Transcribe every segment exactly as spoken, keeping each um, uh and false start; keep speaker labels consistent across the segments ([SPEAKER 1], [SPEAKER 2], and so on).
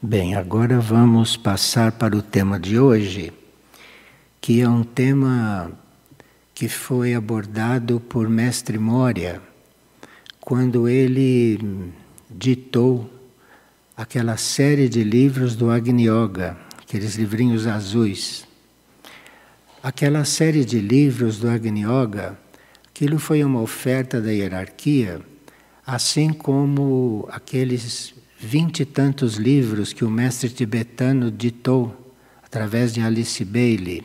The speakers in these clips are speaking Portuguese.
[SPEAKER 1] Bem, agora vamos passar para o tema de hoje, que é um tema que foi abordado por Mestre Moria quando ele ditou aquela série de livros do Agni Yoga, aqueles livrinhos azuis. Aquela série de livros do Agni Yoga, aquilo foi uma oferta da hierarquia, assim como aqueles vinte e tantos livros que o mestre tibetano ditou através de Alice Bailey.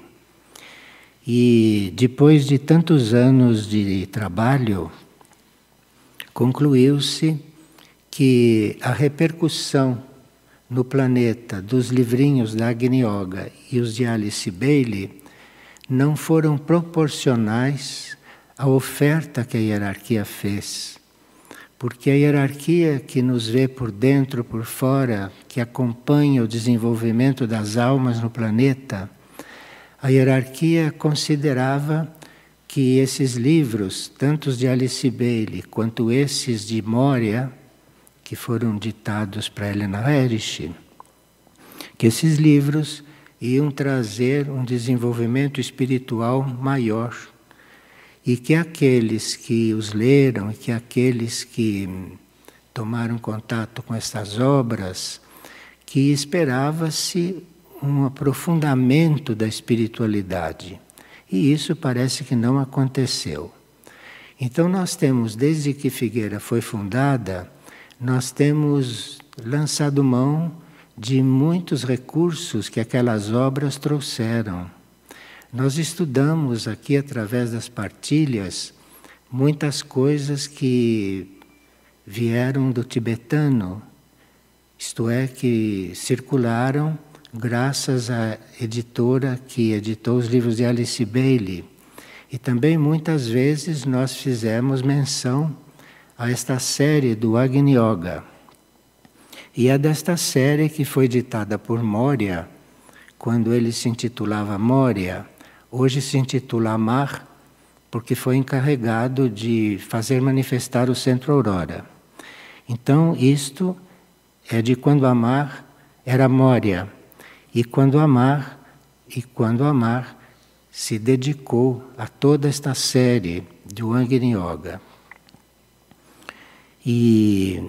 [SPEAKER 1] E depois de tantos anos de trabalho, concluiu-se que a repercussão no planeta dos livrinhos da Agni Yoga e os de Alice Bailey não foram proporcionais à oferta que a hierarquia fez. Porque a hierarquia que nos vê por dentro, por fora, que acompanha o desenvolvimento das almas no planeta, a hierarquia considerava que esses livros, tanto os de Alice Bailey quanto esses de Moria, que foram ditados para Helena Herrich, que esses livros iam trazer um desenvolvimento espiritual maior. E que aqueles que os leram, e que aqueles que tomaram contato com estas obras, que esperava-se um aprofundamento da espiritualidade. E isso parece que não aconteceu. Então nós temos, desde que Figueira foi fundada, nós temos lançado mão de muitos recursos que aquelas obras trouxeram. Nós estudamos aqui, através das partilhas, muitas coisas que vieram do tibetano, isto é, que circularam graças à editora que editou os livros de Alice Bailey. E também muitas vezes nós fizemos menção a esta série do Agni Yoga. E é desta série que foi ditada por Moria, quando ele se intitulava Moria. Hoje se intitula Amar, porque foi encarregado de fazer manifestar o Centro Aurora. Então, isto é de quando Amar era Moria. E quando Amar, e quando Amar se dedicou a toda esta série do Agni Yoga. E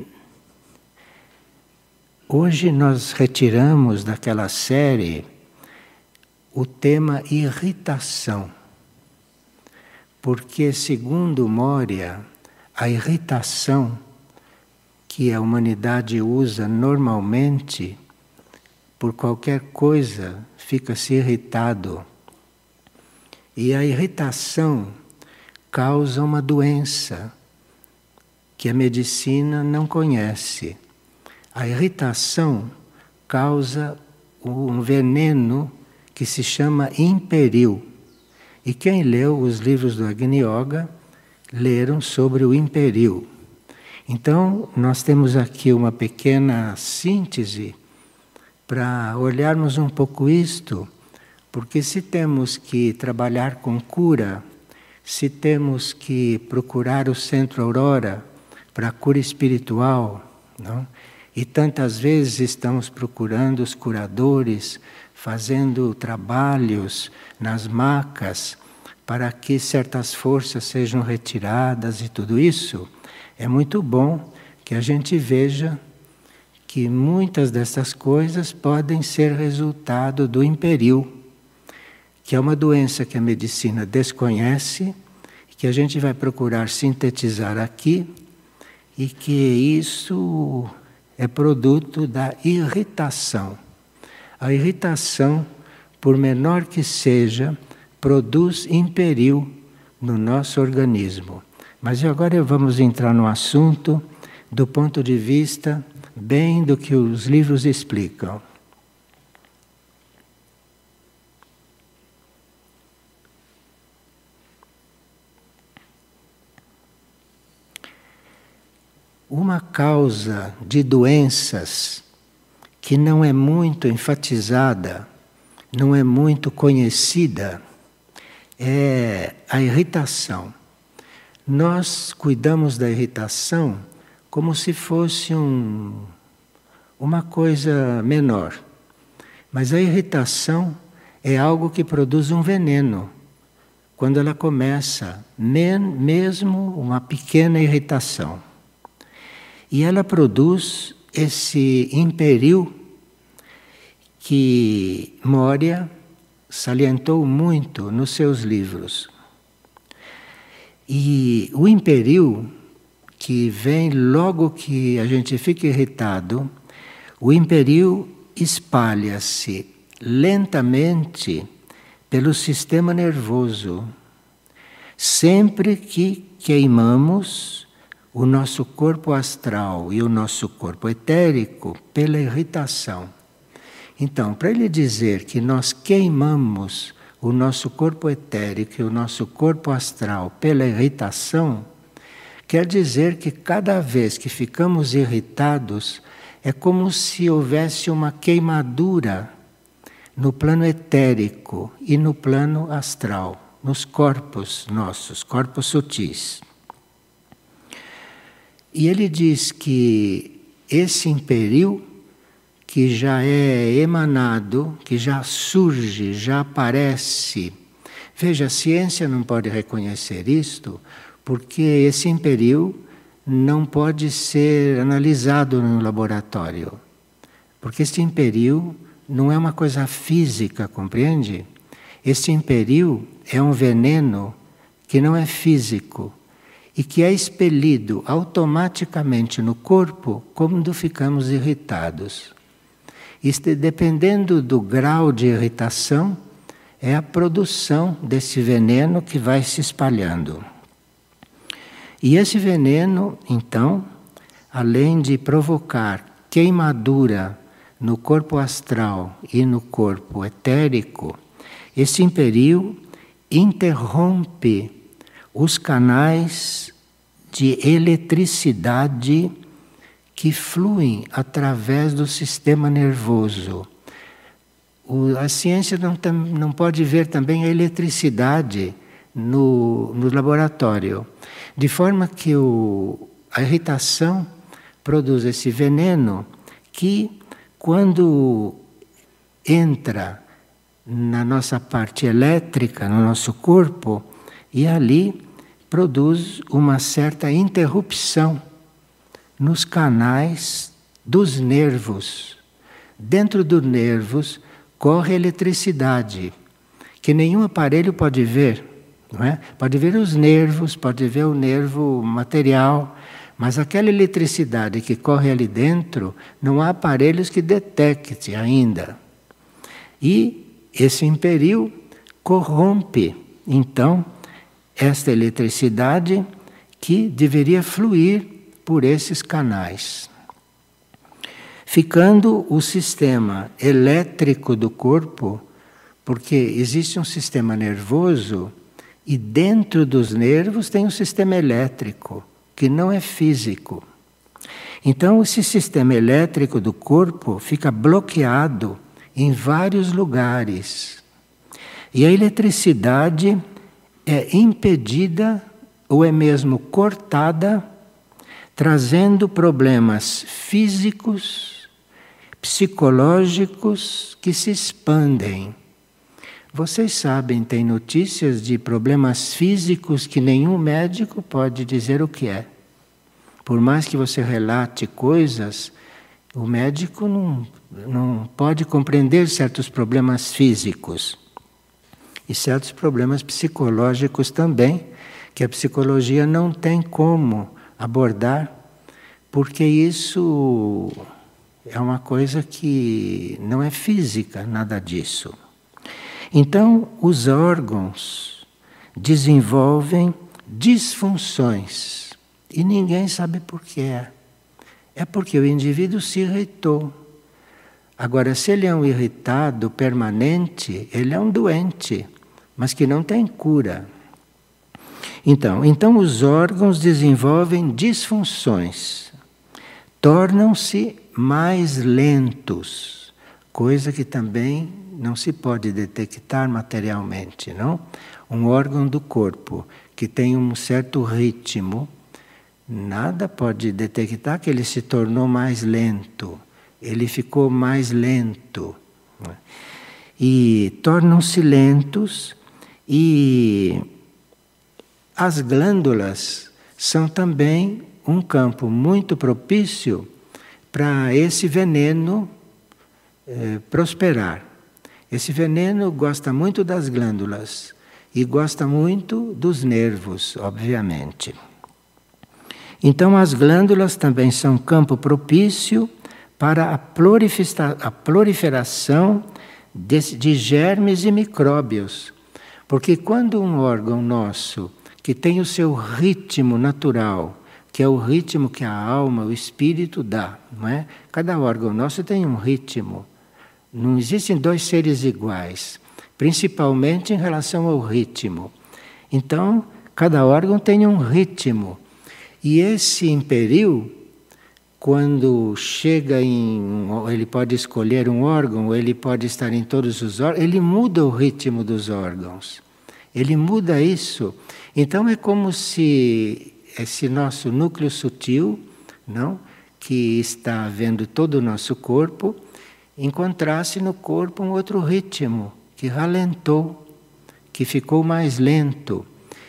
[SPEAKER 1] hoje nós retiramos daquela série o tema irritação, porque, segundo Moria, a irritação que a humanidade usa normalmente, por qualquer coisa, fica-se irritado. E a irritação causa uma doença que a medicina não conhece. A irritação causa um veneno que se chama imperil. E quem leu os livros do Agni Yoga leram sobre o imperil. Então, nós temos aqui uma pequena síntese para olharmos um pouco isto, porque se temos que trabalhar com cura, se temos que procurar o Centro Aurora para a cura espiritual, não? E tantas vezes estamos procurando os curadores, fazendo trabalhos nas macas para que certas forças sejam retiradas e tudo isso, é muito bom que a gente veja que muitas dessas coisas podem ser resultado do imperil, que é uma doença que a medicina desconhece, que a gente vai procurar sintetizar aqui, e que isso é produto da irritação. A irritação, por menor que seja, produz imperil no nosso organismo. Mas agora vamos entrar no assunto do ponto de vista bem do que os livros explicam. Uma causa de doenças que não é muito enfatizada, não é muito conhecida, é a irritação. Nós cuidamos da irritação como se fosse um, uma coisa menor. Mas a irritação é algo que produz um veneno. Quando ela começa, mesmo uma pequena irritação. E ela produz esse império que Moria salientou muito nos seus livros. E o império, que vem logo que a gente fica irritado, o império espalha-se lentamente pelo sistema nervoso. Sempre que queimamos o nosso corpo astral e o nosso corpo etérico pela irritação. Então, para ele dizer que nós queimamos o nosso corpo etérico e o nosso corpo astral pela irritação, quer dizer que cada vez que ficamos irritados, é como se houvesse uma queimadura no plano etérico e no plano astral, nos corpos nossos, corpos sutis. E ele diz que esse império, que já é emanado, que já surge, já aparece. Veja, a ciência não pode reconhecer isto, porque esse império não pode ser analisado no laboratório. Porque esse império não é uma coisa física, compreende? Esse império é um veneno que não é físico e que é expelido automaticamente no corpo quando ficamos irritados. Isto, dependendo do grau de irritação, é a produção desse veneno que vai se espalhando. E esse veneno, então, além de provocar queimadura no corpo astral e no corpo etérico, esse império interrompe os canais de eletricidade que fluem através do sistema nervoso. O, a ciência não, tam, não pode ver também a eletricidade no, no laboratório, de forma que o, a irritação produz esse veneno que, quando entra na nossa parte elétrica, no nosso corpo, e ali produz uma certa interrupção nos canais dos nervos. Dentro dos nervos corre eletricidade, que nenhum aparelho pode ver, não é? Pode ver os nervos, pode ver o nervo material, mas aquela eletricidade que corre ali dentro, não há aparelhos que detectem ainda. E esse império corrompe, então, esta eletricidade que deveria fluir por esses canais, ficando o sistema elétrico do corpo, porque existe um sistema nervoso e dentro dos nervos tem um sistema elétrico, que não é físico. Então, esse sistema elétrico do corpo fica bloqueado em vários lugares. E a eletricidade é impedida ou é mesmo cortada, trazendo problemas físicos, psicológicos que se expandem. Vocês sabem, tem notícias de problemas físicos que nenhum médico pode dizer o que é. Por mais que você relate coisas, o médico não, não pode compreender certos problemas físicos. E certos problemas psicológicos também, que a psicologia não tem como abordar, porque isso é uma coisa que não é física, nada disso. Então, os órgãos desenvolvem disfunções e ninguém sabe por que é. É porque o indivíduo se irritou. Agora, se ele é um irritado permanente, ele é um doente, mas que não tem cura. Então, então os órgãos desenvolvem disfunções, tornam-se mais lentos, coisa que também não se pode detectar materialmente, não? Um órgão do corpo que tem um certo ritmo, nada pode detectar que ele se tornou mais lento. ele ficou mais lento. E tornam-se lentos, e as glândulas são também um campo muito propício para esse veneno eh, prosperar. Esse veneno gosta muito das glândulas e gosta muito dos nervos, obviamente. Então as glândulas também são campo propício para a, a proliferação de, de germes e micróbios. Porque quando um órgão nosso, que tem o seu ritmo natural, que é o ritmo que a alma, o espírito dá, não é? Cada órgão nosso tem um ritmo. Não existem dois seres iguais, principalmente em relação ao ritmo. Então, cada órgão tem um ritmo. E esse imperil, quando chega em... ele pode escolher um órgão, ou ele pode estar em todos os órgãos, ele muda o ritmo dos órgãos. Ele muda isso. Então é como se esse nosso núcleo sutil, não, que está vendo todo o nosso corpo, encontrasse no corpo um outro ritmo, que ralentou, que ficou mais lento.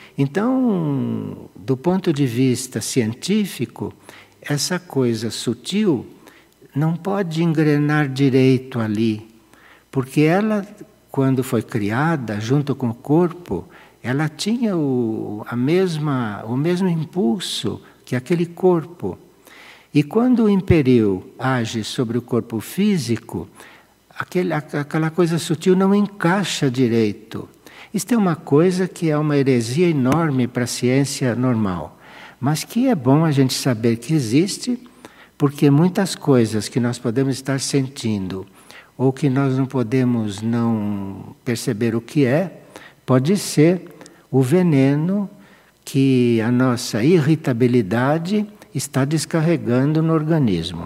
[SPEAKER 1] Então, do ponto de vista científico, essa coisa sutil não pode engrenar direito ali, porque ela, quando foi criada junto com o corpo, ela tinha o, a mesma, o mesmo impulso que aquele corpo. E quando o imperil age sobre o corpo físico, aquele, aquela coisa sutil não encaixa direito. Isto é uma coisa que é uma heresia enorme para a ciência normal, mas que é bom a gente saber que existe, porque muitas coisas que nós podemos estar sentindo, ou que nós não podemos não perceber o que é, pode ser o veneno que a nossa irritabilidade está descarregando no organismo.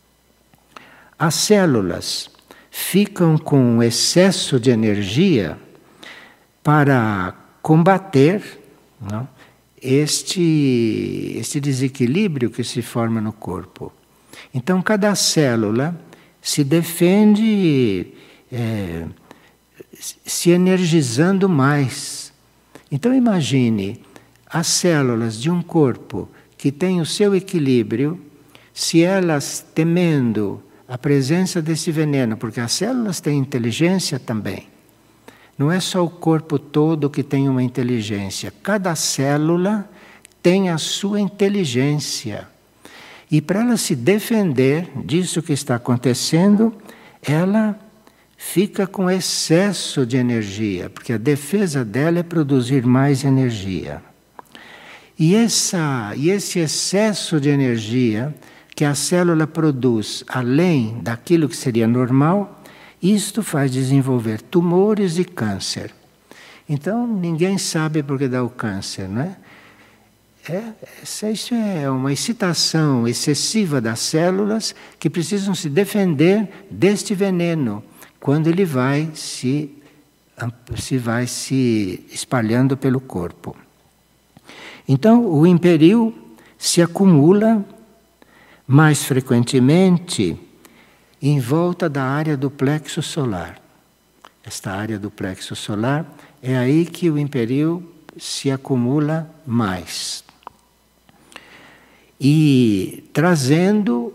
[SPEAKER 1] As células ficam com excesso de energia para combater, não, este, este desequilíbrio que se forma no corpo. Então, cada célula se defende é, se energizando mais. Então, imagine as células de um corpo que tem o seu equilíbrio, se elas, temendo a presença desse veneno, porque as células têm inteligência também. Não é só o corpo todo que tem uma inteligência. Cada célula tem a sua inteligência. E para ela se defender disso que está acontecendo, ela fica com excesso de energia, porque a defesa dela é produzir mais energia. E, essa, e esse excesso de energia que a célula produz além daquilo que seria normal, isto faz desenvolver tumores e câncer. Então, ninguém sabe por que dá o câncer, não é? É, isso é uma excitação excessiva das células que precisam se defender deste veneno, quando ele vai se, se, vai se espalhando pelo corpo. Então, o imperil se acumula mais frequentemente em volta da área do plexo solar. Esta área do plexo solar é aí que o imperil se acumula mais. E trazendo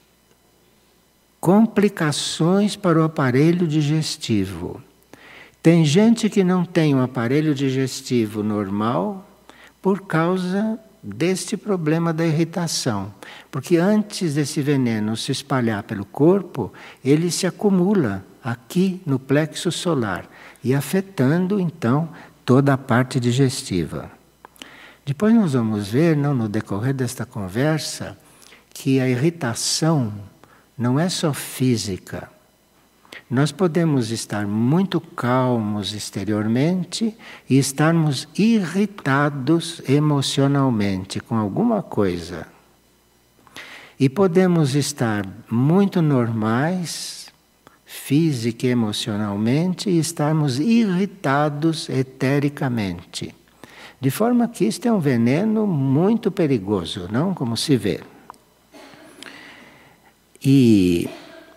[SPEAKER 1] complicações para o aparelho digestivo. Tem gente que não tem um aparelho digestivo normal por causa deste problema da irritação. Porque antes desse veneno se espalhar pelo corpo, ele se acumula aqui no plexo solar e afetando, então, toda a parte digestiva. Depois nós vamos ver, não, no decorrer desta conversa, que a irritação não é só física. Nós podemos estar muito calmos exteriormente e estarmos irritados emocionalmente com alguma coisa. E podemos estar muito normais, física e emocionalmente, e estarmos irritados etericamente. De forma que isto é um veneno muito perigoso, não? Como se vê. E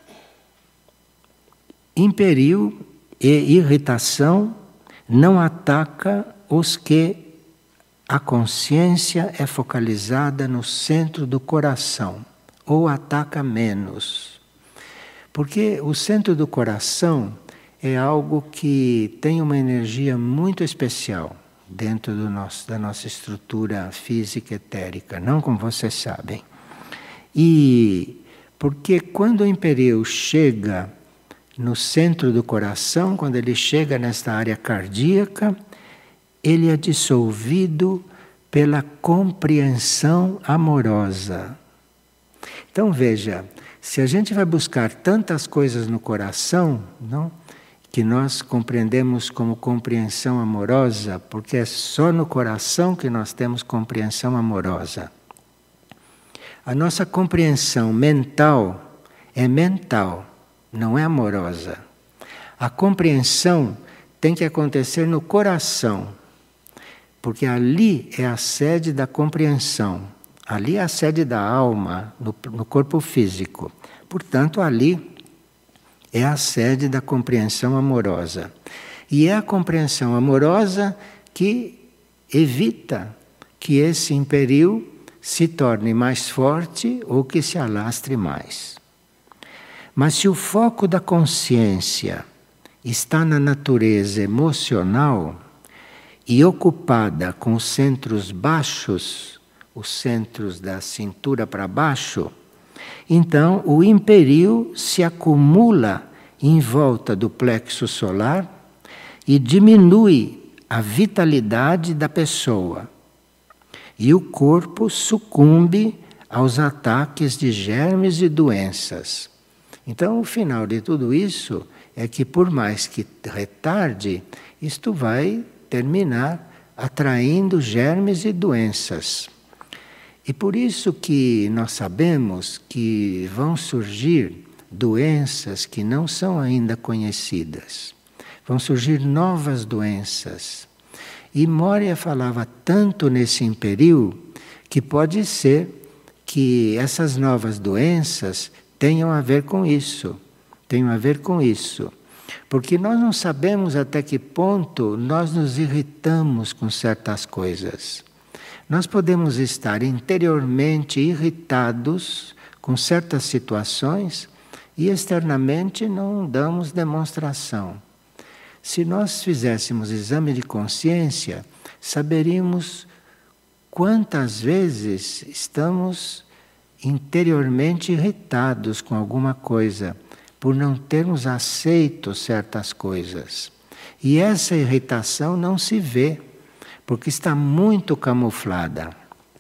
[SPEAKER 1] Imperiu e irritação não ataca os que a consciência é focalizada no centro do coração, ou ataca menos. Porque o centro do coração é algo que tem uma energia muito especial dentro do nosso, da nossa estrutura física etérica, não como vocês sabem. E porque quando o Imperiu chega no centro do coração, quando ele chega nesta área cardíaca, ele é dissolvido pela compreensão amorosa. Então veja, se a gente vai buscar tantas coisas no coração, não, que nós compreendemos como compreensão amorosa, porque é só no coração que nós temos compreensão amorosa. A nossa compreensão mental é mental, não é amorosa. A compreensão tem que acontecer no coração, porque ali é a sede da compreensão. Ali é a sede da alma, no, no corpo físico. Portanto, ali é a sede da compreensão amorosa. E é a compreensão amorosa que evita que esse imperiu se torne mais forte ou que se alastre mais. Mas se o foco da consciência está na natureza emocional e ocupada com os centros baixos, os centros da cintura para baixo, então o imperiu se acumula em volta do plexo solar e diminui a vitalidade da pessoa. E o corpo sucumbe aos ataques de germes e doenças. Então, o final de tudo isso é que, por mais que retarde, isto vai terminar atraindo germes e doenças. E por isso que nós sabemos que vão surgir doenças que não são ainda conhecidas. Vão surgir novas doenças. E Moria falava tanto nesse imperiu que pode ser que essas novas doenças tenham a ver com isso. Tenham a ver com isso. Porque nós não sabemos até que ponto nós nos irritamos com certas coisas. Nós podemos estar interiormente irritados com certas situações e externamente não damos demonstração. Se nós fizéssemos exame de consciência, saberíamos quantas vezes estamos interiormente irritados com alguma coisa, por não termos aceito certas coisas. E essa irritação não se vê, porque está muito camuflada.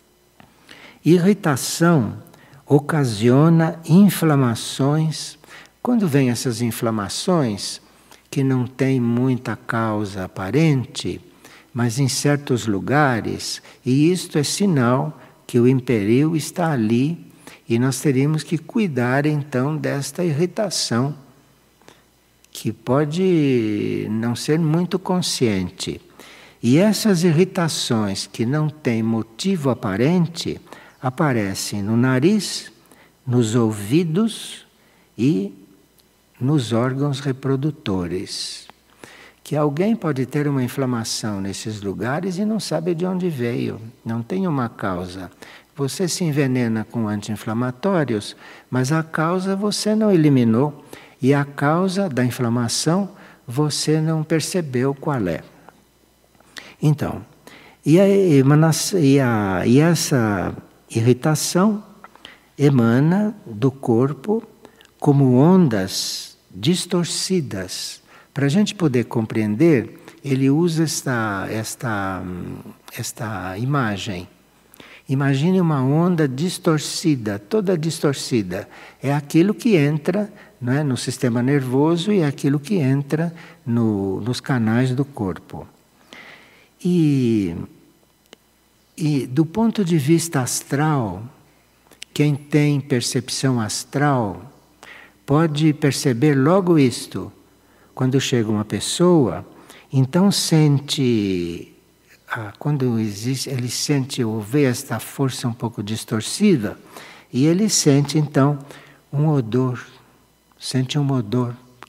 [SPEAKER 1] Irritação ocasiona inflamações. Quando vêm essas inflamações, que não têm muita causa aparente, mas em certos lugares, e isto é sinal que o imperiu está ali, e nós teríamos que cuidar então desta irritação, que pode não ser muito consciente. E essas irritações que não têm motivo aparente aparecem no nariz, nos ouvidos e nos órgãos reprodutores. Que alguém pode ter uma inflamação nesses lugares e não sabe de onde veio, não tem uma causa. Você se envenena com anti-inflamatórios, mas a causa você não eliminou e a causa da inflamação você não percebeu qual é. Então, e, a emanação, e, a, e essa irritação emana do corpo como ondas distorcidas. Para a gente poder compreender, ele usa esta, esta, esta imagem. Imagine uma onda distorcida, toda distorcida. É aquilo que entra, não é, no sistema nervoso e é aquilo que entra no, nos canais do corpo. E, e do ponto de vista astral, quem tem percepção astral pode perceber logo isto. Quando chega uma pessoa, então sente, ah, quando existe, ele sente ou vê esta força um pouco distorcida, e ele sente então um odor, sente um odor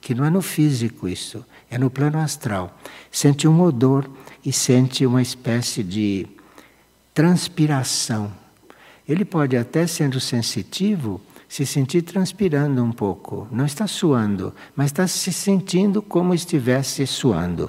[SPEAKER 1] que não é no físico isso, é no plano astral. Sente um odor e sente uma espécie de transpiração. Ele pode até, sendo sensitivo, se sentir transpirando um pouco. Não está suando, mas está se sentindo como estivesse suando.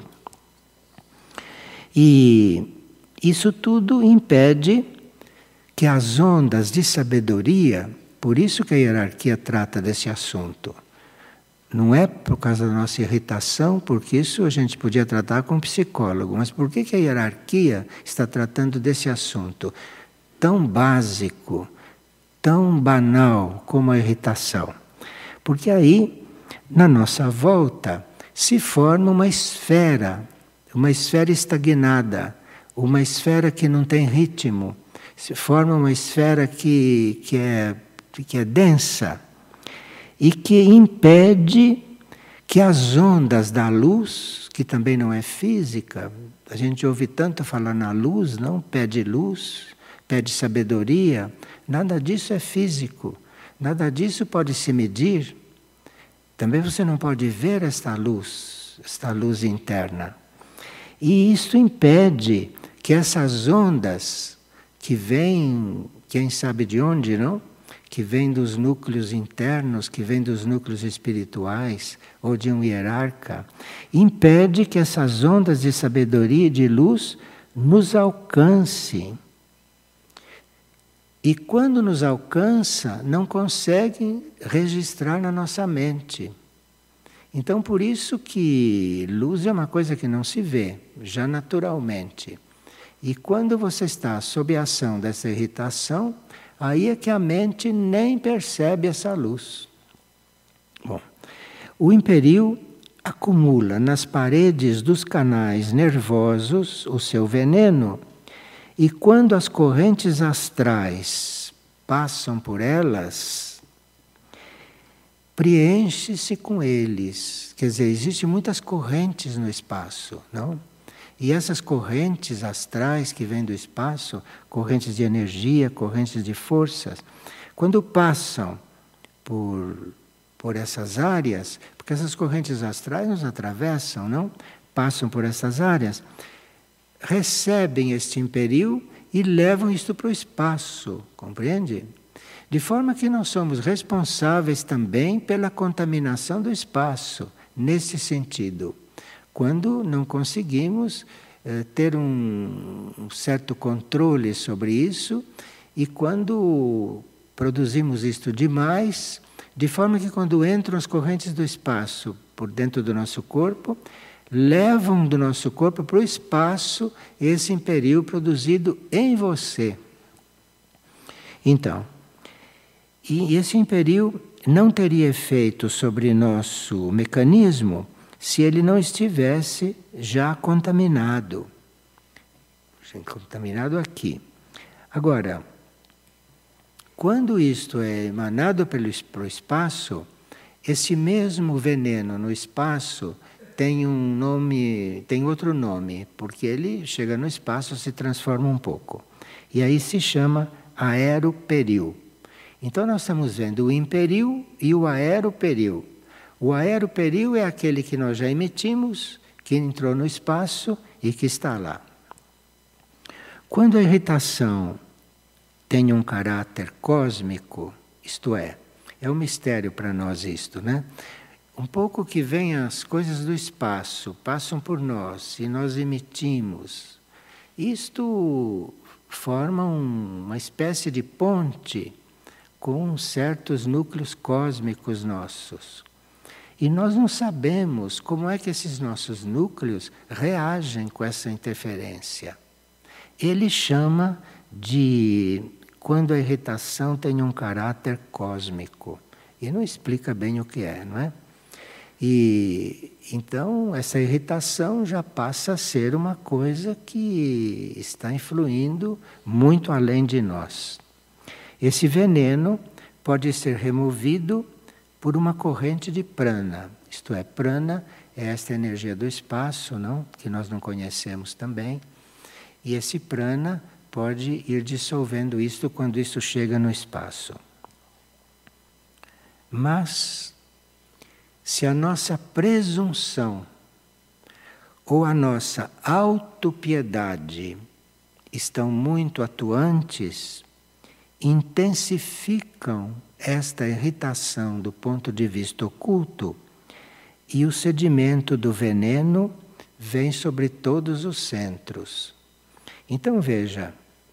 [SPEAKER 1] E isso tudo impede que as ondas de sabedoria, por isso que a hierarquia trata desse assunto. Não é por causa da nossa irritação, porque isso a gente podia tratar com um psicólogo, mas por que que a hierarquia está tratando desse assunto tão básico, tão banal como a irritação? Porque aí, na nossa volta, se forma uma esfera, uma esfera estagnada, uma esfera que não tem ritmo, se forma uma esfera que, que, é, que é densa e que impede que as ondas da luz, que também não é física, a gente ouve tanto falar na luz, não? Pede luz, pede sabedoria, nada disso é físico, nada disso pode se medir. Também você não pode ver esta luz, esta luz interna. E isso impede que essas ondas que vêm, quem sabe de onde, não? Que vêm dos núcleos internos, que vêm dos núcleos espirituais, ou de um hierarca, impede que essas ondas de sabedoria e de luz nos alcancem. E quando nos alcança, não conseguem registrar na nossa mente. Então, por isso que luz é uma coisa que não se vê, já naturalmente. E quando você está sob a ação dessa irritação, aí é que a mente nem percebe essa luz. Bom, o imperio acumula nas paredes dos canais nervosos o seu veneno, e quando as correntes astrais passam por elas, preenche-se com eles. Quer dizer, existem muitas correntes no espaço, não? E essas correntes astrais que vêm do espaço, correntes de energia, correntes de forças, quando passam por, por essas áreas, porque essas correntes astrais nos atravessam, não? Passam por essas áreas, recebem este império e levam isto para o espaço, compreende? De forma que nós somos responsáveis também pela contaminação do espaço, nesse sentido. Quando não conseguimos eh, ter um, um certo controle sobre isso, e quando produzimos isto demais, de forma que quando entram as correntes do espaço por dentro do nosso corpo, levam do nosso corpo para o espaço esse império produzido em você. Então, e esse império não teria efeito sobre nosso mecanismo se ele não estivesse já contaminado. Contaminado aqui. Agora, quando isto é emanado pelo pro espaço, esse mesmo veneno no espaço tem um nome, tem outro nome, porque ele chega no espaço e se transforma um pouco. E aí se chama aeroperil. Então nós estamos vendo o imperil e o aeroperil. O aeroperil é aquele que nós já emitimos, que entrou no espaço e que está lá. Quando a irritação tem um caráter cósmico, isto é, é um mistério para nós isto, né? Um pouco que vem as coisas do espaço, passam por nós e nós emitimos. Isto forma um, uma espécie de ponte com certos núcleos cósmicos nossos. E nós não sabemos como é que esses nossos núcleos reagem com essa interferência. Ele chama de quando a irritação tem um caráter cósmico. E não explica bem o que é, não é? E então essa irritação já passa a ser uma coisa que está influindo muito além de nós. Esse veneno pode ser removido por uma corrente de prana. Isto é, prana é esta energia do espaço, não? Que nós não conhecemos também. E esse prana pode ir dissolvendo isto quando isso chega no espaço. Mas, se a nossa presunção ou a nossa autopiedade estão muito atuantes, intensificam esta irritação do ponto de vista oculto e o sedimento do veneno vem sobre todos os centros. Então veja,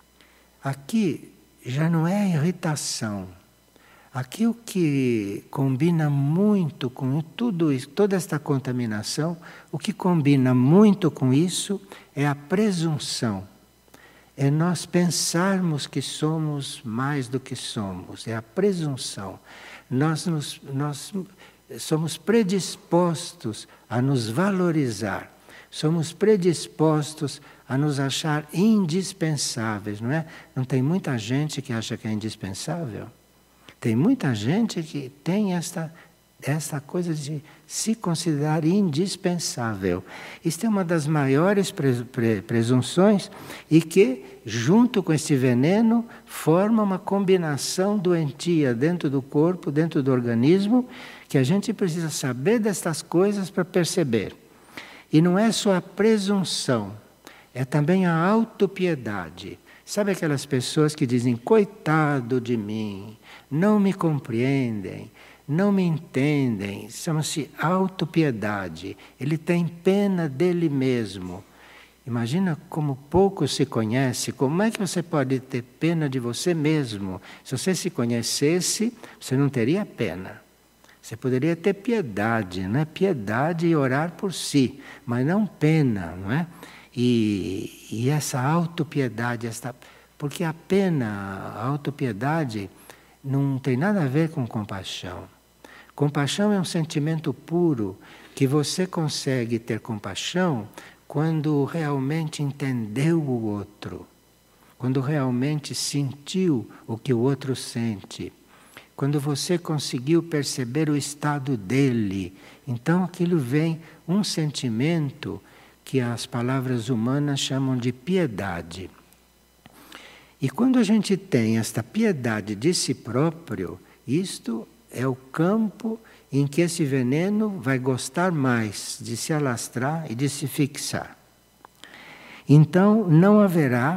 [SPEAKER 1] aqui já não é irritação. Aqui o que combina muito com tudo isso, toda esta contaminação, o que combina muito com isso é a presunção. É nós pensarmos que somos mais do que somos, é a presunção. Nós, nos, nós somos predispostos a nos valorizar, somos predispostos a nos achar indispensáveis, não é? Não tem muita gente que acha que é indispensável? Tem muita gente que tem esta, esta coisa de se considerar indispensável. Isso é uma das maiores presunções e que, junto com esse veneno, forma uma combinação doentia dentro do corpo, dentro do organismo, que a gente precisa saber destas coisas para perceber. E não é só a presunção, é também a autopiedade. Sabe aquelas pessoas que dizem, coitado de mim, não me compreendem, não me entendem, chama-se autopiedade. Ele tem pena dele mesmo. Imagina como pouco se conhece, como é que você pode ter pena de você mesmo? Se você se conhecesse, você não teria pena. Você poderia ter piedade, não é? Piedade e orar por si, mas não pena, não é? E, e essa autopiedade, esta, porque a pena, a autopiedade, não tem nada a ver com compaixão. Compaixão é um sentimento puro, que você consegue ter compaixão quando realmente entendeu o outro, quando realmente sentiu o que o outro sente, quando você conseguiu perceber o estado dele. Então aquilo vem um sentimento que as palavras humanas chamam de piedade. E quando a gente tem esta piedade de si próprio, isto é o campo em que esse veneno vai gostar mais de se alastrar e de se fixar. Então não haverá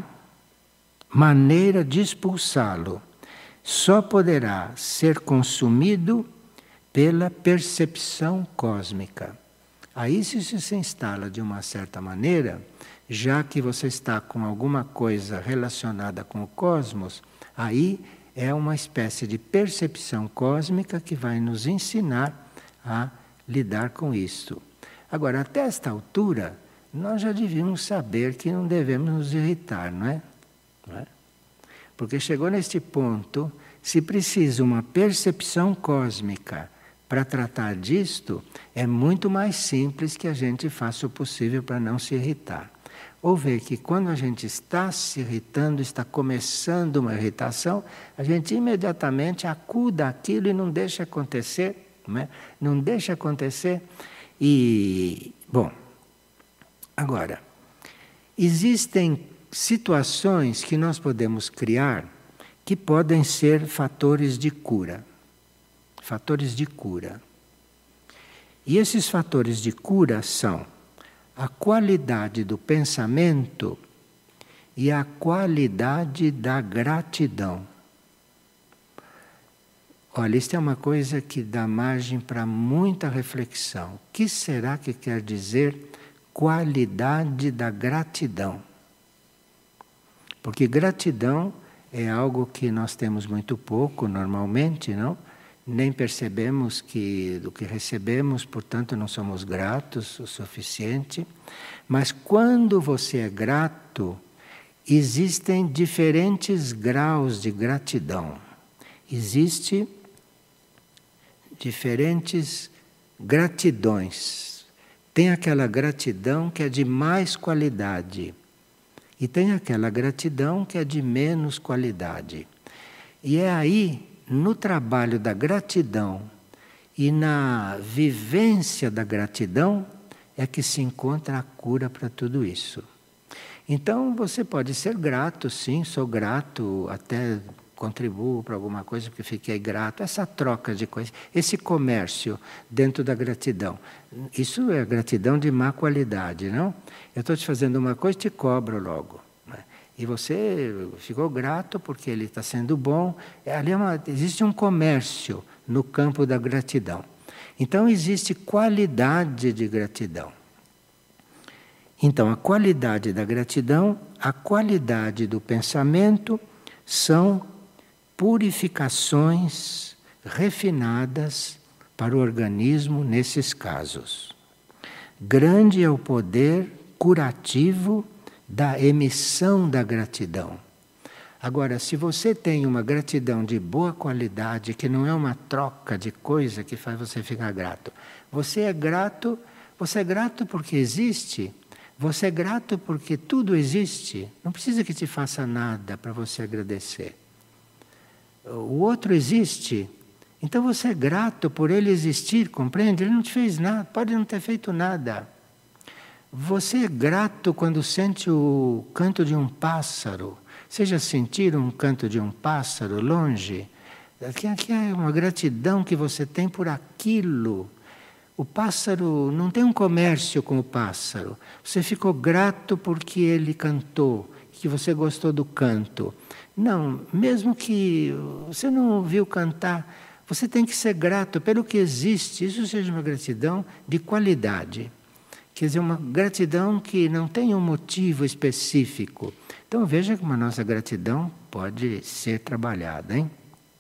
[SPEAKER 1] maneira de expulsá-lo. Só poderá ser consumido pela percepção cósmica. Aí se isso se instala de uma certa maneira, já que você está com alguma coisa relacionada com o cosmos, aí é uma espécie de percepção cósmica que vai nos ensinar a lidar com isso. Agora, até esta altura, nós já devíamos saber que não devemos nos irritar, não é? Não é? Porque chegou neste ponto, se precisa uma percepção cósmica para tratar disto, é muito mais simples que a gente faça o possível para não se irritar. Ou ver que quando a gente está se irritando, está começando uma irritação, a gente imediatamente acuda aquilo e não deixa acontecer, não é? Não deixa acontecer. E, bom, agora, existem situações que nós podemos criar que podem ser fatores de cura. Fatores de cura. E esses fatores de cura são a qualidade do pensamento e a qualidade da gratidão. Olha, isso é uma coisa que dá margem para muita reflexão. O que será que quer dizer qualidade da gratidão? Porque gratidão é algo que nós temos muito pouco normalmente, não? Nem percebemos que do que recebemos, portanto não somos gratos o suficiente. Mas quando você é grato, existem diferentes graus de gratidão. Existem diferentes gratidões. Tem aquela gratidão que é de mais qualidade. E tem aquela gratidão que é de menos qualidade. E é aí, no trabalho da gratidão e na vivência da gratidão, é que se encontra a cura para tudo isso. Então, você pode ser grato, sim, sou grato até contribuo para alguma coisa porque fiquei grato. Essa troca de coisas, esse comércio dentro da gratidão. Isso é gratidão de má qualidade, não? Eu estou te fazendo uma coisa e te cobro logo. Né? E você ficou grato porque ele está sendo bom. Ali é uma, existe um comércio no campo da gratidão. Então existe qualidade de gratidão. Então, a qualidade da gratidão, a qualidade do pensamento são purificações refinadas para o organismo nesses casos. Grande é o poder curativo da emissão da gratidão. Agora, se você tem uma gratidão de boa qualidade, que não é uma troca de coisa que faz você ficar grato, você é grato, você é grato porque existe. Você é grato porque tudo existe. Não precisa que te faça nada para você agradecer. O outro existe. Então você é grato por ele existir, compreende? Ele não te fez nada, pode não ter feito nada. Você é grato quando sente o canto de um pássaro. Seja sentir um canto de um pássaro longe. Aqui é uma gratidão que você tem por aquilo. O pássaro, não tem um comércio com o pássaro. Você ficou grato porque ele cantou, que você gostou do canto. Não, mesmo que você não viu cantar, você tem que ser grato pelo que existe. Isso seja uma gratidão de qualidade. Quer dizer, uma gratidão que não tem um motivo específico. Então veja como a nossa gratidão pode ser trabalhada, hein?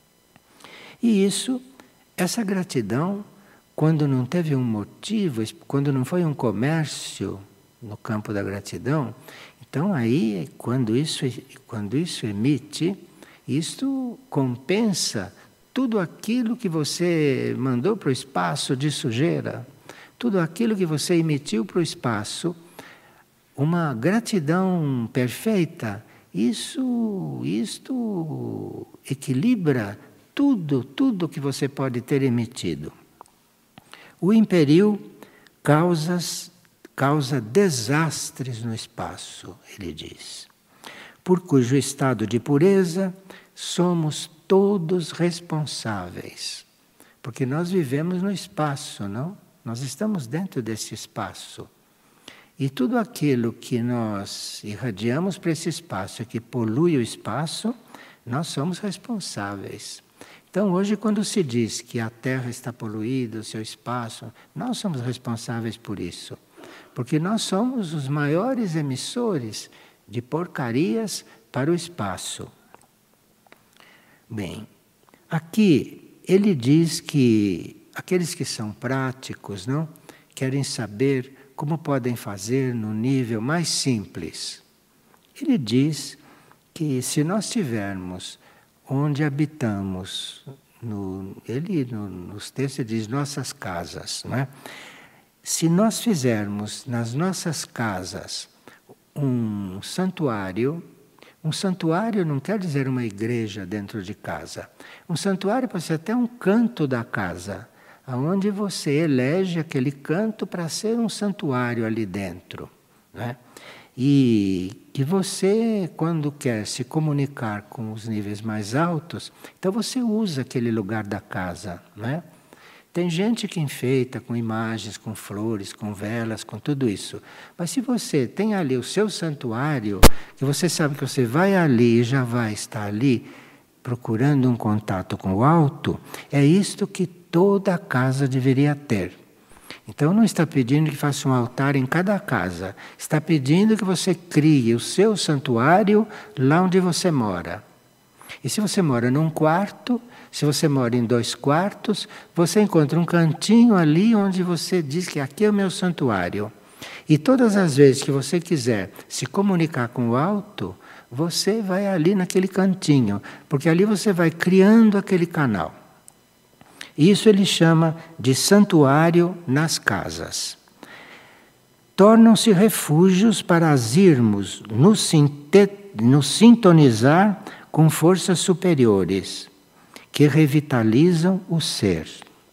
[SPEAKER 1] E isso, essa gratidão, quando não teve um motivo, quando não foi um comércio no campo da gratidão, então aí, quando isso, quando isso emite, isto compensa tudo aquilo que você mandou para o espaço de sujeira, tudo aquilo que você emitiu para o espaço, uma gratidão perfeita, isso, isto equilibra tudo, tudo que você pode ter emitido. O imperiu causas, causa desastres no espaço, ele diz, por cujo estado de pureza somos todos responsáveis. Porque nós vivemos no espaço, não? Nós estamos dentro desse espaço. E tudo aquilo que nós irradiamos para esse espaço e que polui o espaço, nós somos responsáveis. Então, hoje, quando se diz que a Terra está poluída, o seu espaço, nós somos responsáveis por isso. Porque nós somos os maiores emissores de porcarias para o espaço. Bem, aqui ele diz que aqueles que são práticos, não, querem saber como podem fazer no nível mais simples. Ele diz que se nós tivermos onde habitamos, no, ele no, nos textos diz nossas casas, não é? Se nós fizermos nas nossas casas um santuário, um santuário não quer dizer uma igreja dentro de casa. Um santuário pode ser até um canto da casa, onde você elege aquele canto para ser um santuário ali dentro, né? E que você, quando quer se comunicar com os níveis mais altos, então você usa aquele lugar da casa, né? Tem gente que enfeita com imagens, com flores, com velas, com tudo isso. Mas se você tem ali o seu santuário, que você sabe que você vai ali e já vai estar ali procurando um contato com o alto, é isto que toda casa deveria ter. Então não está pedindo que faça um altar em cada casa. Está pedindo que você crie o seu santuário lá onde você mora. E se você mora num quarto, se você mora em dois quartos, você encontra um cantinho ali onde você diz que aqui é o meu santuário. E todas as vezes que você quiser se comunicar com o alto, você vai ali naquele cantinho, porque ali você vai criando aquele canal. Isso ele chama de santuário nas casas. Tornam-se refúgios para as irmos nos, nos sintonizar com forças superiores, que revitalizam o ser.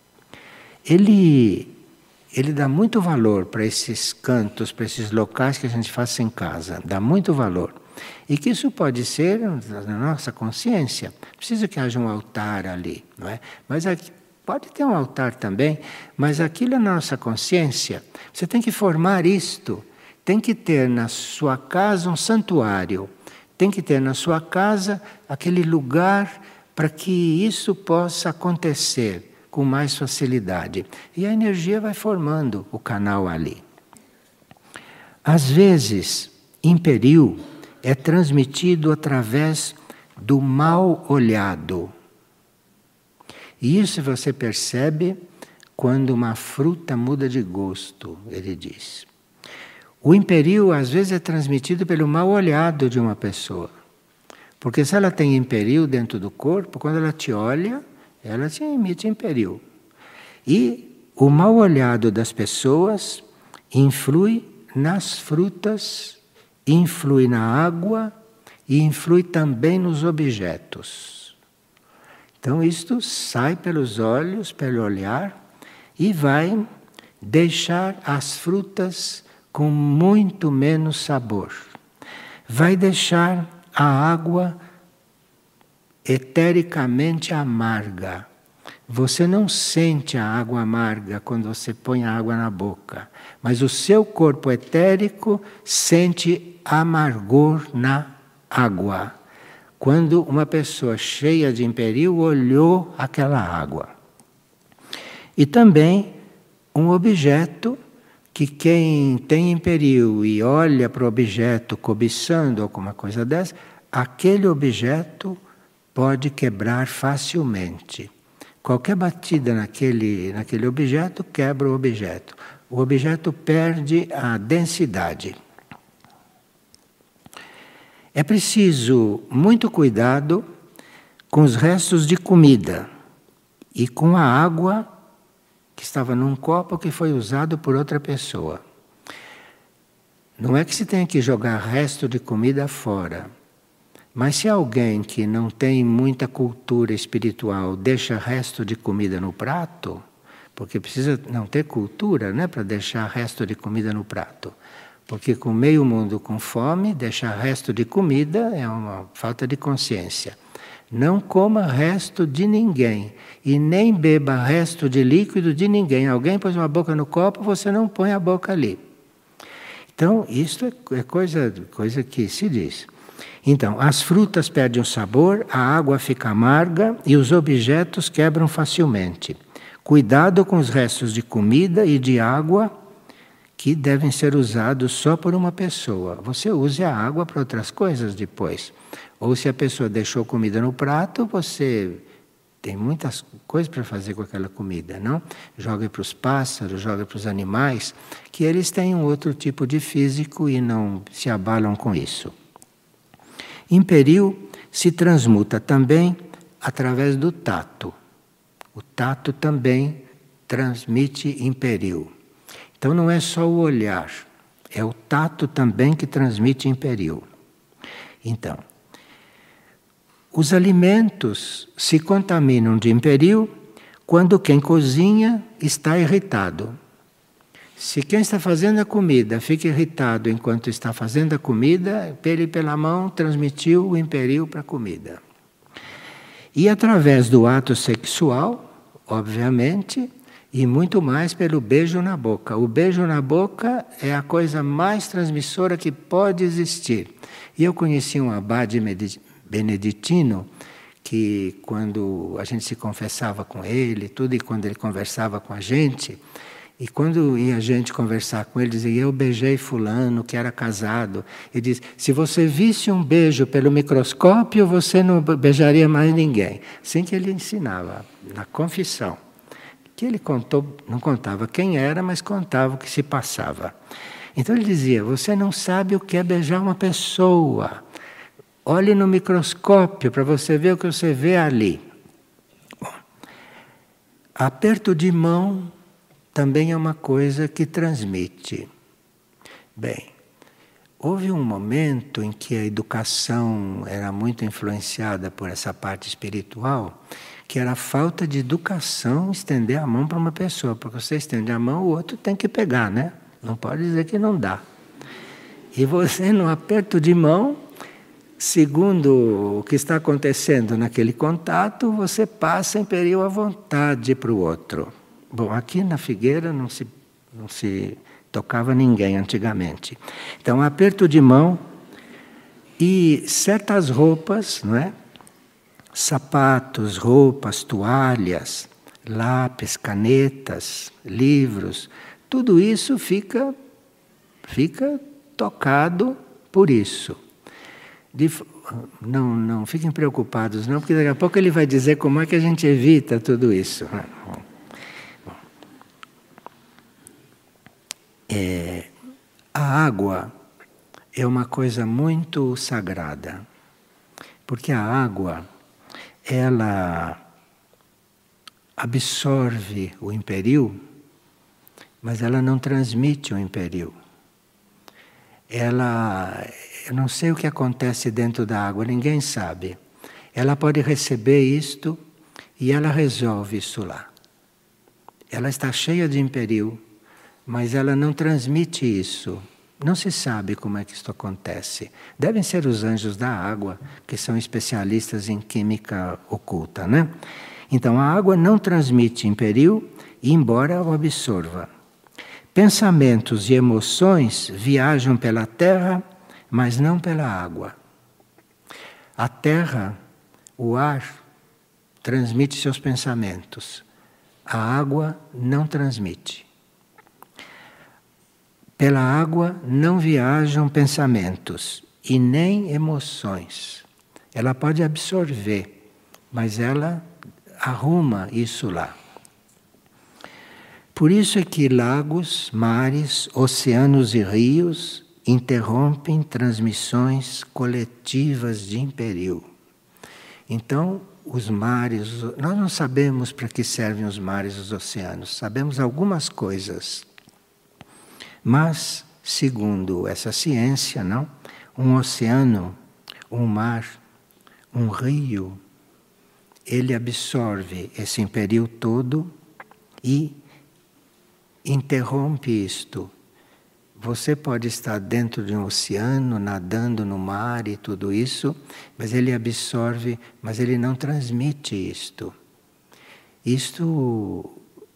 [SPEAKER 1] Ele, ele dá muito valor para esses cantos, para esses locais que a gente faz em casa. Dá muito valor. E que isso pode ser na nossa consciência. Não precisa que haja um altar ali, não é? Mas aqui, pode ter um altar também, mas aquilo é na nossa consciência. Você tem que formar isto. Tem que ter na sua casa um santuário. Tem que ter na sua casa aquele lugar para que isso possa acontecer com mais facilidade. E a energia vai formando o canal ali. Às vezes, imperiu é transmitido através do mal olhado. E isso você percebe quando uma fruta muda de gosto, ele diz. O imperiu, às vezes, é transmitido pelo mal olhado de uma pessoa. Porque se ela tem imperiu dentro do corpo, quando ela te olha, ela te emite imperiu. E o mal olhado das pessoas influi nas frutas, influi na água e influi também nos objetos. Então isto sai pelos olhos, pelo olhar e vai deixar as frutas com muito menos sabor. Vai deixar a água etericamente amarga. Você não sente a água amarga quando você põe a água na boca, mas o seu corpo etérico sente amargor na água. Quando uma pessoa cheia de imperiu olhou aquela água. E também um objeto que quem tem imperiu e olha para o objeto cobiçando alguma coisa dessa, aquele objeto pode quebrar facilmente. Qualquer batida naquele, naquele objeto quebra o objeto. O objeto perde a densidade. É preciso muito cuidado com os restos de comida e com a água que estava num copo que foi usado por outra pessoa. Não é que se tenha que jogar resto de comida fora. Mas se alguém que não tem muita cultura espiritual deixa resto de comida no prato, porque precisa não ter cultura, né, para deixar resto de comida no prato. Porque com meio mundo com fome, deixar resto de comida é uma falta de consciência. Não coma resto de ninguém e nem beba resto de líquido de ninguém. Alguém pôs uma boca no copo, você não põe a boca ali. Então, isso é coisa, coisa que se diz. Então, as frutas perdem o sabor, a água fica amarga e os objetos quebram facilmente. Cuidado com os restos de comida e de água que devem ser usados só por uma pessoa. Você use a água para outras coisas depois. Ou se a pessoa deixou comida no prato, você tem muitas coisas para fazer com aquela comida, não? Joga para os pássaros, joga para os animais, que eles têm um outro tipo de físico e não se abalam com isso. Imperiu se transmuta também através do tato. O tato também transmite imperiu. Então não é só o olhar, é o tato também que transmite imperiu. Então, os alimentos se contaminam de imperiu quando quem cozinha está irritado. Se quem está fazendo a comida fica irritado enquanto está fazendo a comida, ele pela mão transmitiu o imperiu para a comida. E através do ato sexual, obviamente, e muito mais pelo beijo na boca. O beijo na boca é a coisa mais transmissora que pode existir. E eu conheci um abade beneditino que quando a gente se confessava com ele, tudo, e quando ele conversava com a gente, e quando ia a gente conversar com ele, dizia, eu beijei fulano que era casado. Ele diz, se você visse um beijo pelo microscópio, você não beijaria mais ninguém. Assim que ele ensinava, na confissão. Que ele contou, não contava quem era, mas contava o que se passava. Então ele dizia, você não sabe o que é beijar uma pessoa. Olhe no microscópio para você ver o que você vê ali. Bom, aperto de mão também é uma coisa que transmite. Bem, houve um momento em que a educação era muito influenciada por essa parte espiritual, que era a falta de educação estender a mão para uma pessoa, porque você estende a mão, o outro tem que pegar, né? Não pode dizer que não dá. E você, no aperto de mão, segundo o que está acontecendo naquele contato, você passa a imperiu à vontade para o outro. Bom, aqui na Figueira não se, não se tocava ninguém antigamente. Então, aperto de mão e certas roupas, não é? Sapatos, roupas, toalhas, lápis, canetas, livros, tudo isso fica, fica tocado por isso. De, não, não fiquem preocupados, não, porque daqui a pouco ele vai dizer como é que a gente evita tudo isso. É, a água é uma coisa muito sagrada, porque a água, ela absorve o império, mas ela não transmite o império. Ela, eu não sei o que acontece dentro da água, ninguém sabe. Ela pode receber isto e ela resolve isso lá. Ela está cheia de império, mas ela não transmite isso. Não se sabe como é que isso acontece. Devem ser os anjos da água, que são especialistas em química oculta, né? Então, a água não transmite império, embora o absorva. Pensamentos e emoções viajam pela terra, mas não pela água. A terra, o ar, transmite seus pensamentos. A água não transmite. Pela água não viajam pensamentos e nem emoções. Ela pode absorver, mas ela arruma isso lá. Por isso é que lagos, mares, oceanos e rios interrompem transmissões coletivas de império. Então, os mares, nós não sabemos para que servem os mares e os oceanos, sabemos algumas coisas. Mas, segundo essa ciência, não, um oceano, um mar, um rio, ele absorve esse império todo e interrompe isto. Você pode estar dentro de um oceano, nadando no mar e tudo isso, mas ele absorve, mas ele não transmite isto. Isto,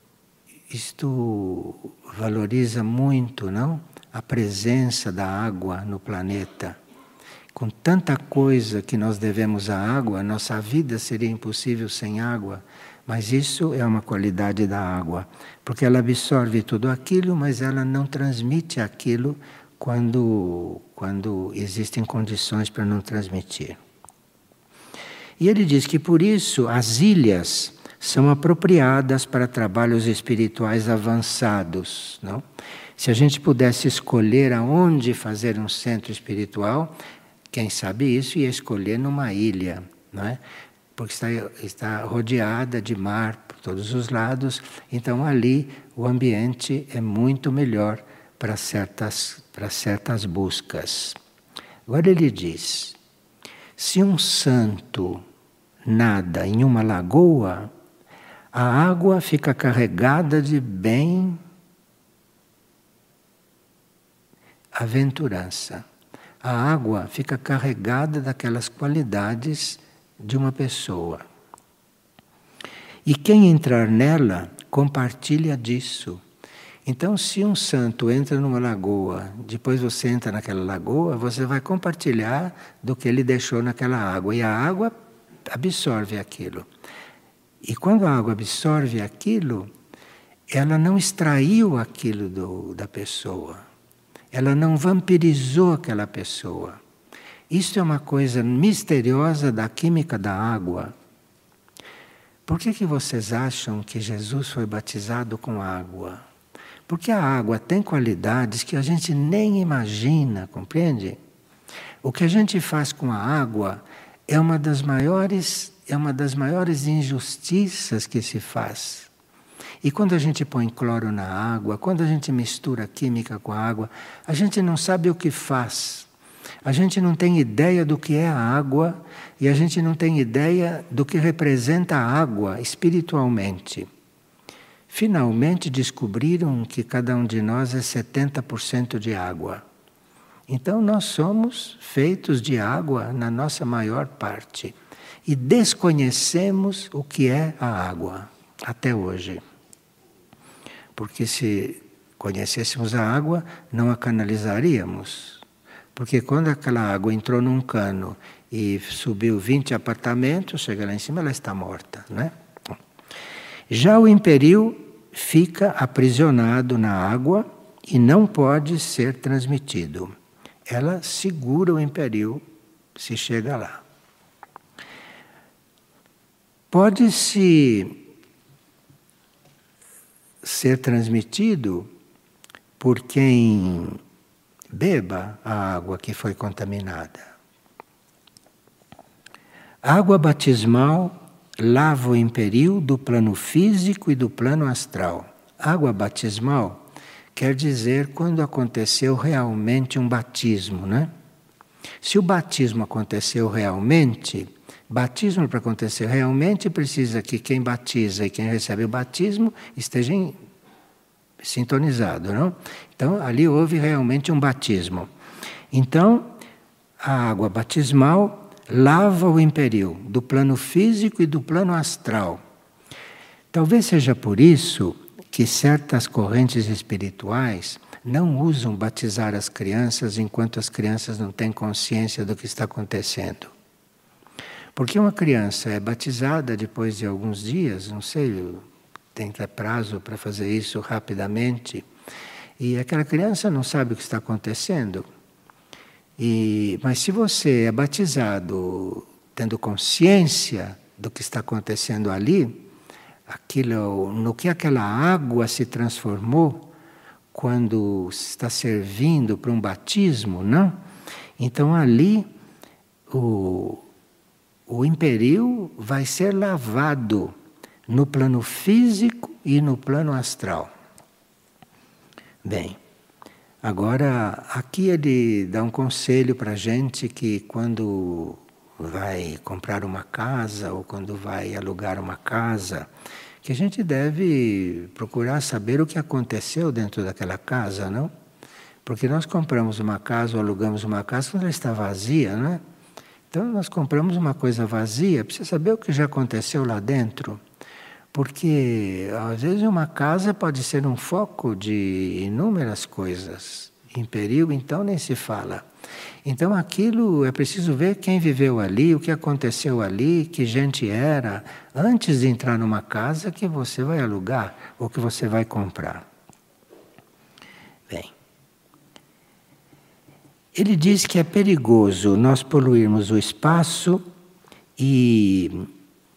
[SPEAKER 1] isto valoriza muito, não? A presença da água no planeta. Com tanta coisa que nós devemos à água, nossa vida seria impossível sem água. Mas isso é uma qualidade da água, porque ela absorve tudo aquilo, mas ela não transmite aquilo quando, quando existem condições para não transmitir. E ele diz que por isso as ilhas são apropriadas para trabalhos espirituais avançados, não? Se a gente pudesse escolher aonde fazer um centro espiritual, quem sabe isso ia escolher numa ilha, não é? Porque está, está rodeada de mar por todos os lados, então ali o ambiente é muito melhor para certas, para certas buscas. Agora ele diz, se um santo nada em uma lagoa, a água fica carregada de bem-aventurança. A água fica carregada daquelas qualidades de uma pessoa. E quem entrar nela, compartilha disso. Então, se um santo entra numa lagoa, depois você entra naquela lagoa, você vai compartilhar do que ele deixou naquela água. E a água absorve aquilo. E quando a água absorve aquilo, ela não extraiu aquilo do, da pessoa. Ela não vampirizou aquela pessoa. Isso é uma coisa misteriosa da química da água. Por que que vocês acham que Jesus foi batizado com água? Porque a água tem qualidades que a gente nem imagina, compreende? O que a gente faz com a água é uma das maiores, é uma das maiores injustiças que se faz. E quando a gente põe cloro na água, quando a gente mistura química com a água, a gente não sabe o que faz. A gente não tem ideia do que é a água e a gente não tem ideia do que representa a água espiritualmente. Finalmente descobriram que cada um de nós é setenta por cento de água. Então nós somos feitos de água na nossa maior parte. E desconhecemos o que é a água até hoje. Porque se conhecêssemos a água, não a canalizaríamos. Porque quando aquela água entrou num cano e subiu vinte apartamentos, chega lá em cima, ela está morta, né? Já o imperil fica aprisionado na água e não pode ser transmitido. Ela segura o imperil se chega lá. Pode-se ser transmitido por quem beba a água que foi contaminada. Água batismal lava o imperil do plano físico e do plano astral. Água batismal quer dizer quando aconteceu realmente um batismo, né? Se o batismo aconteceu realmente, batismo para acontecer realmente precisa que quem batiza e quem recebe o batismo estejam sintonizados, não? Então ali houve realmente um batismo. Então a água batismal lava o imperil do plano físico e do plano astral. Talvez seja por isso que certas correntes espirituais não usam batizar as crianças enquanto as crianças não têm consciência do que está acontecendo. Porque uma criança é batizada depois de alguns dias, não sei, tem prazo para fazer isso rapidamente, e aquela criança não sabe o que está acontecendo. E, mas se você é batizado tendo consciência do que está acontecendo ali, aquilo, no que aquela água se transformou quando está servindo para um batismo, não? Então ali o, o imperil vai ser lavado no plano físico e no plano astral. Bem, agora aqui ele dá um conselho para a gente que quando vai comprar uma casa ou quando vai alugar uma casa, que a gente deve procurar saber o que aconteceu dentro daquela casa, não? Porque nós compramos uma casa ou alugamos uma casa quando ela está vazia, não é? Então nós compramos uma coisa vazia, precisa saber o que já aconteceu lá dentro. Porque às vezes uma casa pode ser um foco de inúmeras coisas. Imperil, então, nem se fala. Então aquilo é preciso ver quem viveu ali, o que aconteceu ali, que gente era, antes de entrar numa casa que você vai alugar ou que você vai comprar. Bem, ele diz que é perigoso nós poluirmos o espaço e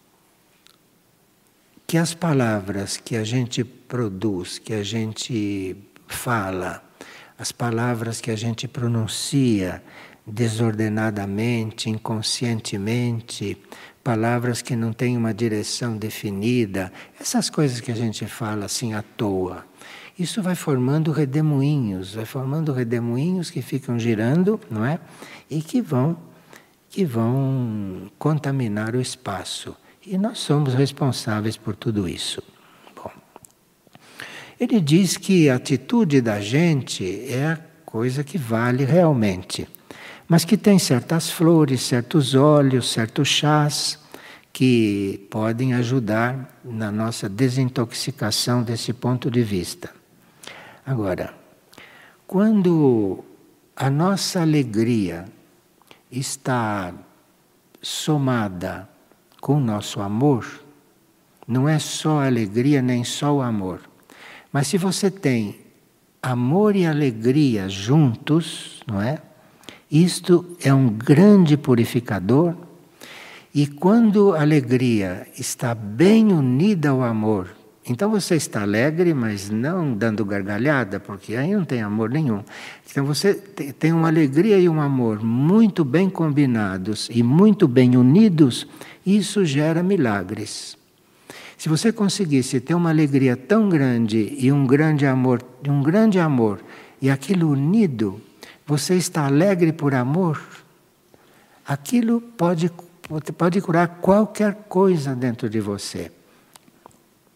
[SPEAKER 1] que as palavras que a gente produz, que a gente fala, as palavras que a gente pronuncia desordenadamente, inconscientemente, palavras que não têm uma direção definida, essas coisas que a gente fala assim à toa, isso vai formando redemoinhos, vai formando redemoinhos que ficam girando, não é? E que vão, que vão contaminar o espaço. E nós somos responsáveis por tudo isso. Bom, ele diz que a atitude da gente é a coisa que vale realmente, mas que tem certas flores, certos óleos, certos chás que podem ajudar na nossa desintoxicação desse ponto de vista. Agora, quando a nossa alegria está somada com o nosso amor, não é só a alegria nem só o amor, mas se você tem amor e alegria juntos, não é? Isto é um grande purificador, e quando a alegria está bem unida ao amor, então você está alegre, mas não dando gargalhada, porque aí não tem amor nenhum. Então você tem uma alegria e um amor muito bem combinados e muito bem unidos, isso gera milagres. Se você conseguisse ter uma alegria tão grande e um grande amor, um grande amor, e aquilo unido, você está alegre por amor, aquilo pode, pode curar qualquer coisa dentro de você.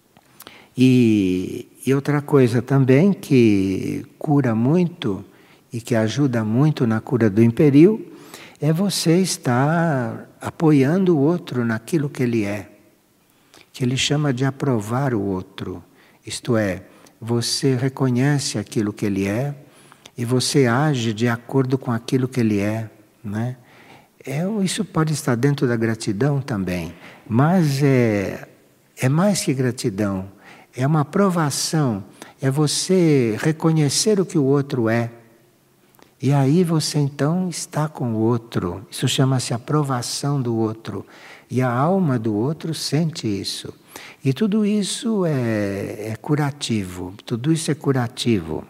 [SPEAKER 1] E, e outra coisa também que cura muito e que ajuda muito na cura do império, é você estar apoiando o outro naquilo que ele é, que ele chama de aprovar o outro. Isto é, você reconhece aquilo que ele é e você age de acordo com aquilo que ele é, né? É, isso pode estar dentro da gratidão também, mas é, é mais que gratidão, é uma aprovação, é você reconhecer o que o outro é. E aí você então está com o outro. Isso chama-se aprovação do outro. E a alma do outro sente isso. E tudo isso é, é curativo. Tudo isso é curativo.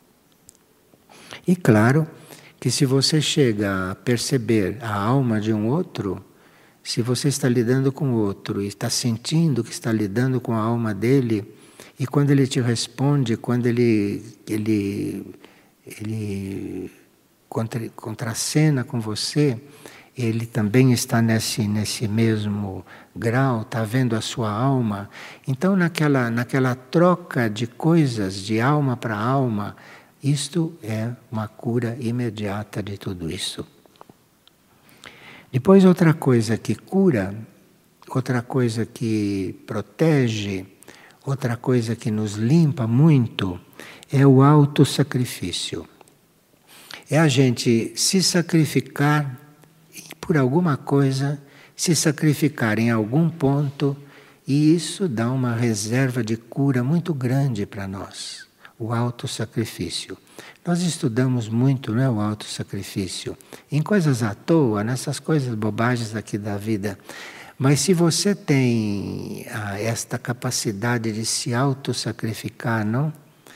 [SPEAKER 1] E claro que se você chega a perceber a alma de um outro, se você está lidando com o outro e está sentindo que está lidando com a alma dele, e quando ele te responde, quando ele, ele, ele contra, contracena com você, ele também está nesse, nesse mesmo grau, está vendo a sua alma. Então, naquela, naquela troca de coisas, de alma para alma, isto é uma cura imediata de tudo isso. Depois, outra coisa que cura, outra coisa que protege, outra coisa que nos limpa muito, é o autossacrifício. É a gente se sacrificar por alguma coisa, se sacrificar em algum ponto, e isso dá uma reserva de cura muito grande para nós. O autossacrifício. Nós estudamos muito, não é, o autossacrifício, em coisas à toa, nessas coisas bobagens aqui da vida. Mas se você tem ah, esta capacidade de se autossacrificar, não?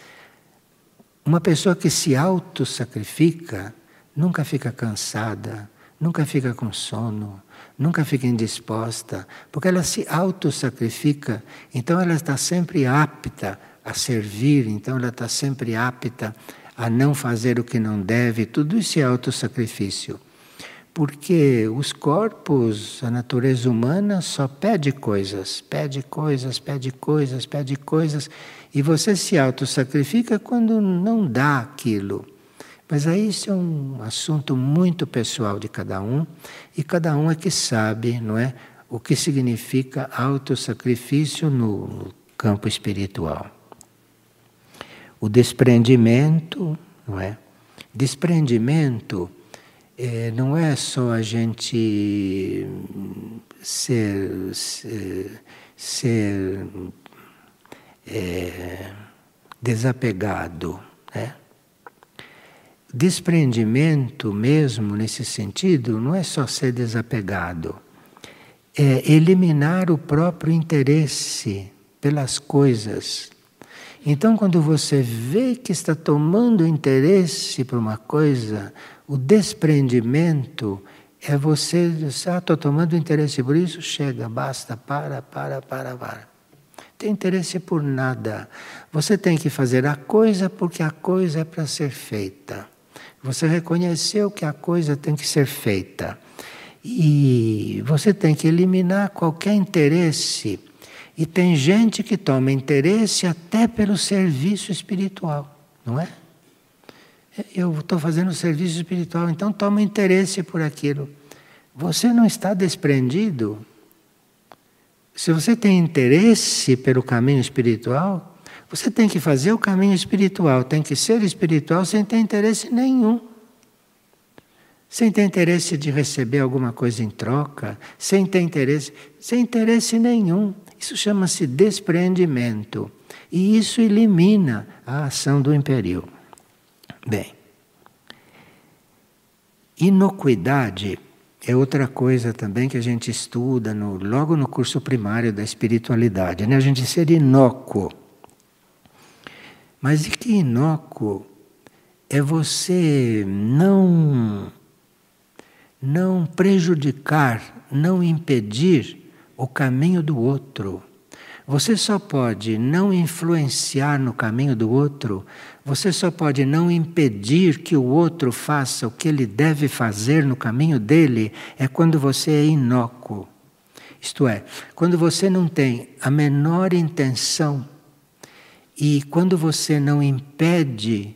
[SPEAKER 1] Uma pessoa que se autossacrifica nunca fica cansada, nunca fica com sono, nunca fica indisposta, porque ela se autossacrifica, então ela está sempre apta a servir, então ela está sempre apta a não fazer o que não deve. Tudo isso é autossacrifício. Porque os corpos, a natureza humana só pede coisas, pede coisas, pede coisas, pede coisas, e você se autossacrifica quando não dá aquilo. Mas aí isso é um assunto muito pessoal de cada um, e cada um é que sabe, não é, o que significa autossacrifício no campo espiritual. O desprendimento, não é? Desprendimento é, não é só a gente ser, ser, ser é, desapegado, né? Desprendimento mesmo nesse sentido não é só ser desapegado, é eliminar o próprio interesse pelas coisas. Então, quando você vê que está tomando interesse por uma coisa, o desprendimento é você dizer, ah, estou tomando interesse por isso, chega, basta, para, para, para, para. Não tem interesse por nada. Você tem que fazer a coisa porque a coisa é para ser feita. Você reconheceu que a coisa tem que ser feita. E você tem que eliminar qualquer interesse. E tem gente que toma interesse até pelo serviço espiritual, não é? Eu estou fazendo serviço espiritual, então toma interesse por aquilo. Você não está desprendido. Se você tem interesse pelo caminho espiritual, você tem que fazer o caminho espiritual, tem que ser espiritual sem ter interesse nenhum. Sem ter interesse de receber alguma coisa em troca, sem ter interesse, sem interesse nenhum. Isso chama-se desprendimento. E isso elimina a ação do império. Bem, inocuidade é outra coisa também que a gente estuda no, logo no curso primário da espiritualidade, né? A gente ser inócuo. Mas e que inócuo é você não, não prejudicar, não impedir o caminho do outro. Você só pode não influenciar no caminho do outro, você só pode não impedir que o outro faça o que ele deve fazer no caminho dele, é quando você é inócuo. Isto é, quando você não tem a menor intenção e quando você não impede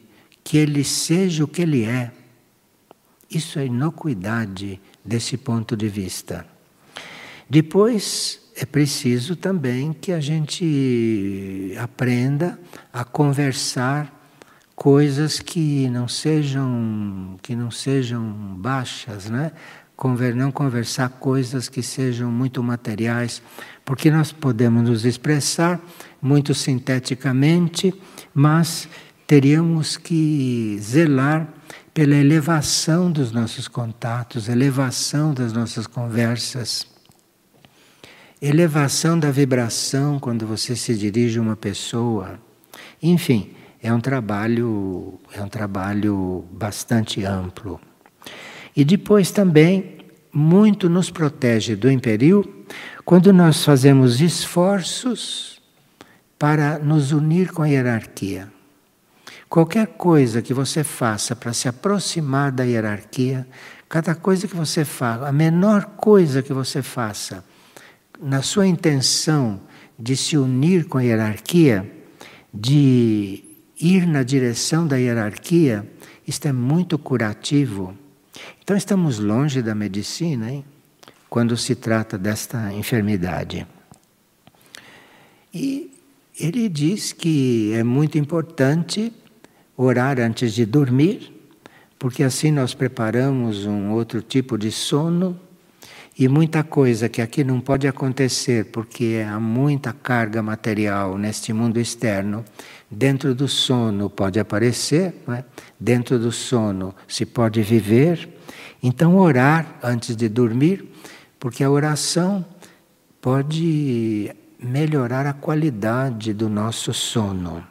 [SPEAKER 1] que ele seja o que ele é. Isso é inocuidade desse ponto de vista. Depois, é preciso também que a gente aprenda a conversar coisas que não sejam, que não sejam baixas, né? Conver, não conversar coisas que sejam muito materiais, porque nós podemos nos expressar muito sinteticamente, mas teríamos que zelar pela elevação dos nossos contatos, elevação das nossas conversas, elevação da vibração quando você se dirige a uma pessoa. Enfim, é um trabalho, é um trabalho bastante amplo. E depois também, muito nos protege do império quando nós fazemos esforços para nos unir com a hierarquia. Qualquer coisa que você faça para se aproximar da hierarquia, cada coisa que você faça, a menor coisa que você faça, na sua intenção de se unir com a hierarquia, de ir na direção da hierarquia, isto é muito curativo. Então estamos longe da medicina, hein? Quando se trata desta enfermidade. E ele diz que é muito importante orar antes de dormir, porque assim nós preparamos um outro tipo de sono, e muita coisa que aqui não pode acontecer, porque há muita carga material neste mundo externo, dentro do sono pode aparecer, não é? Dentro do sono se pode viver. Então orar antes de dormir, porque a oração pode melhorar a qualidade do nosso sono.